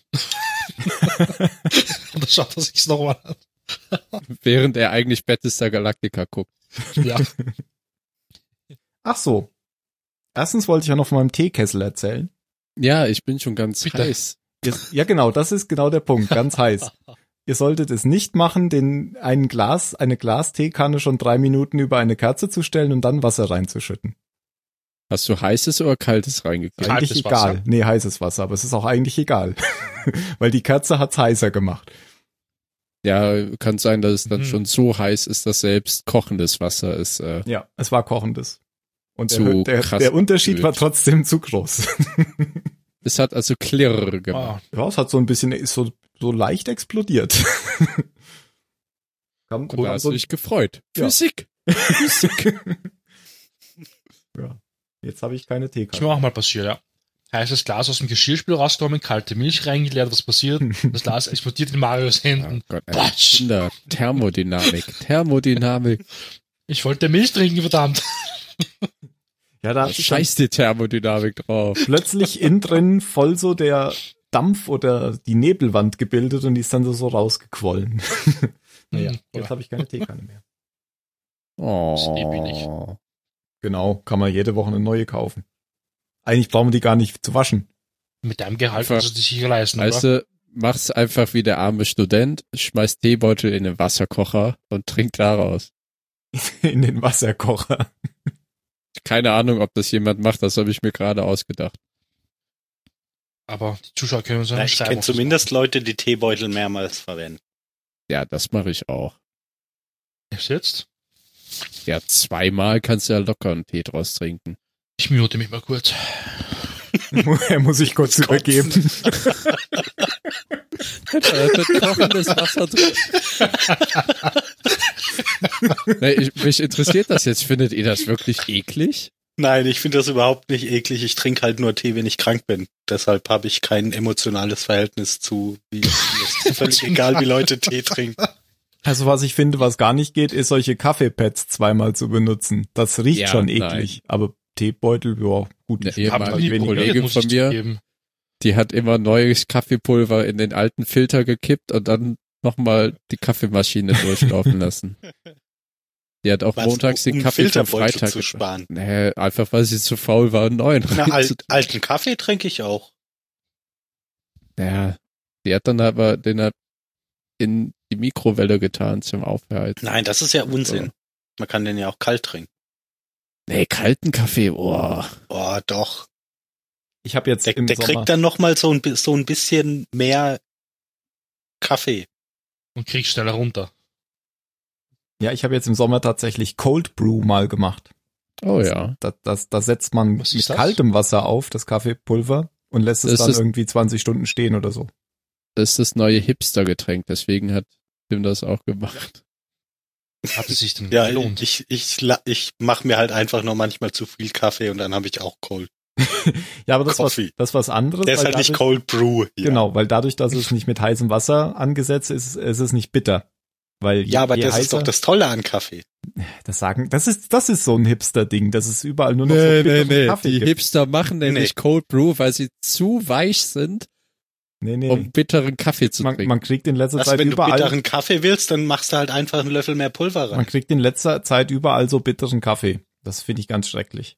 Und dann schaut er sich's nochmal an. Während er eigentlich Battlestar Galactica guckt. Ja. Ach so. Erstens wollte ich ja noch von meinem Teekessel erzählen. Ja, ich bin schon ganz Bitte. heiß. Jetzt, ja, genau, das ist genau der Punkt. Ganz heiß. Ihr solltet es nicht machen, den ein Glas, eine Glasteekanne schon drei Minuten über eine Kerze zu stellen und dann Wasser reinzuschütten. Hast du heißes oder kaltes reingegeben? Kaltes Eigentlich egal. Wasser. Nee, heißes Wasser, aber es ist auch eigentlich egal. Weil die Kerze hat's heißer gemacht. Ja, kann sein, dass es dann Mhm. schon so heiß ist, dass selbst kochendes Wasser ist. Äh, Ja, es war kochendes. Und Zu der, der, krass der Unterschied gekühlt. war trotzdem zu groß. es hat also Klirr gemacht. Ah, Ja, es hat so ein bisschen, ist so, so leicht explodiert. Kam, Und da kam hast so, du dich gefreut. Ja. Physik. Physik. ja. Jetzt habe ich keine ist mir Teekanne. auch mal passiert, ja. Heißes Glas aus dem Geschirrspül rausgenommen, kalte Milch reingeleert, was passiert? Das Glas explodiert in Marios Oh Händen. Gott, ein Batsch. Wunder. Thermodynamik. Thermodynamik. Ich wollte Milch trinken, verdammt. Ja, da Da hat sich dann scheißt die Thermodynamik drauf. plötzlich innen drin voll so der Dampf oder die Nebelwand gebildet und die ist dann so, so rausgequollen. Naja, Hm, jetzt habe ich keine Teekanne mehr. Ist eh billig. Oh. Genau, kann man jede Woche eine neue kaufen. Eigentlich brauchen wir die gar nicht zu waschen. Mit deinem Gehalt Einfach- kannst du dich sicher leisten, Weißt oder? du, mach's einfach wie der arme Student, schmeißt Teebeutel in den Wasserkocher und trinkt daraus. In den Wasserkocher. Keine Ahnung, ob das jemand macht, das habe ich mir gerade ausgedacht. Aber die Zuschauer können uns ja Na, nicht ich schreiben. kenne ob das- zumindest Leute, die Teebeutel mehrmals verwenden. Ja, das mache ich auch. Ist jetzt? Ja, zweimal kannst du ja locker einen Tee draus trinken. Ich mute mich mal kurz. Er muss sich kurz Kotzen. übergeben. Da wird kochendes Wasser drin. Nee, ich, mich interessiert das jetzt. Findet ihr das wirklich eklig? Nein, ich finde das überhaupt nicht eklig. Ich trinke halt nur Tee, wenn ich krank bin. Deshalb habe ich kein emotionales Verhältnis zu, wie, mir ist völlig egal, wie Leute Tee trinken. Also was ich finde, was gar nicht geht, ist solche Kaffeepads zweimal zu benutzen. Das riecht Ja, schon nein. eklig. Aber Teebeutel, ja, gut. Ne, ich eben hab mal halt die weniger. Kollegin muss von ich mir- zugeben. Die hat immer neues Kaffeepulver in den alten Filter gekippt und dann nochmal die Kaffeemaschine durchlaufen lassen. Die hat auch Was, montags den um Kaffee für Filterbeutel Freitag zu sparen. Nee, einfach weil sie zu faul war, einen neuen Na, rein alt, zu- alten Kaffee trinke ich auch. Ja, die hat dann aber den hat in die Mikrowelle getan zum Aufheizen. Nein, das ist ja Unsinn. Man kann den ja auch kalt trinken. Nee, kalten Kaffee, boah. Oh, doch. Ich habe jetzt Der, im der Sommer, kriegt dann noch mal so ein, bi- so ein bisschen mehr Kaffee. Und kriegst schneller runter. Ja, ich habe jetzt im Sommer tatsächlich Cold Brew mal gemacht. Oh ja. Da, das, da setzt man Was mit ist das? kaltem Wasser auf, das Kaffeepulver, und lässt es Das dann ist- irgendwie zwanzig Stunden stehen oder so. Das ist das neue Hipster-Getränk, deswegen hat Tim das auch gemacht. Hat es sich denn Ja, gelohnt? ich, ich, ich, ich mache mir halt einfach nur manchmal zu viel Kaffee und dann habe ich auch Cold. Ja, aber das war Coffee. das was anderes. Der ist weil halt nicht dadurch- Cold Brew. Hier. Genau, weil dadurch, dass es nicht mit heißem Wasser angesetzt ist, ist es nicht bitter. Weil je, Ja, aber je das heißer, ist doch das Tolle an Kaffee. das sagen, das ist, das ist so ein Hipster-Ding, dass es überall nur noch so bitteren Kaffee Die gibt. Hipster machen nämlich Cold Brew, weil sie zu weich sind, Nee, nee. um bitteren Kaffee zu man, trinken. man kriegt in letzter Was, Zeit wenn du überall, bitteren Kaffee willst, dann machst du halt einfach einen Löffel mehr Pulver rein. man kriegt in letzter Zeit überall so bitteren Kaffee. Das finde ich ganz schrecklich.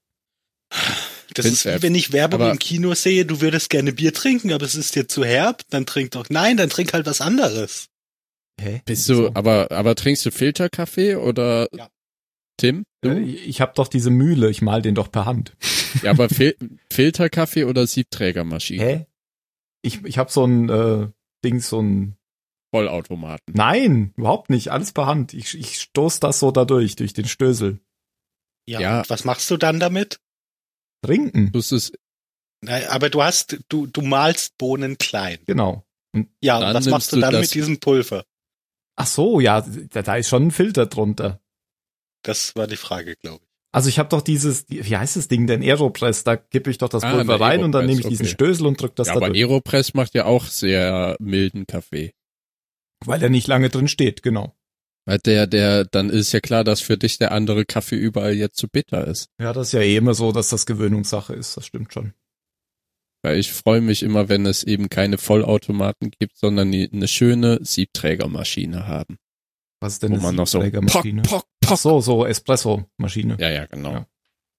Das Find's ist wie herb. wenn ich Werbung Aber- im Kino sehe, du würdest gerne Bier trinken, aber es ist dir zu herb, dann trink doch, nein, dann trink halt was anderes. Hä? Bist du, So. aber, aber trinkst du Filterkaffee oder Ja. Tim? Du? Äh, Ich habe doch diese Mühle, ich mal den doch per Hand. Ja, aber Fil Filterkaffee oder Siebträgermaschine? Hä? Ich, ich habe so ein äh, Ding, so ein Vollautomaten. Nein, überhaupt nicht, alles per Hand. Ich, ich stoß das so dadurch, durch den Stößel. Ja. Ja. Und was machst du dann damit? Trinken, Du es Na, aber du hast, du, du malst Bohnen klein. genau. Ja, und Dann was nimmst machst du du dann das- mit diesem Pulver? Ach so, ja, da, da ist schon ein Filter drunter. Das war die Frage, glaube ich. Also ich habe doch dieses, die- wie heißt das Ding denn, Aeropress, da kippe ich doch das Ah, Pulver eine rein und dann nehme ich Aeropress, diesen okay. Stößel und drück das ja, da aber durch. Aeropress macht ja auch sehr milden Kaffee. Weil er nicht lange drin steht, genau. Weil der, der, dann ist ja klar, dass für dich der andere Kaffee überall jetzt zu bitter ist. Ja, das ist ja eh immer so, dass das Gewöhnungssache ist, das stimmt schon. Weil ich freue mich immer, wenn es eben keine Vollautomaten gibt, sondern die eine schöne Siebträgermaschine haben. Was ist denn Wo eine man noch so pock, Siebträgermaschine? pock, Ach pock. so, so Espresso-Maschine. Ja, ja, genau. Ja.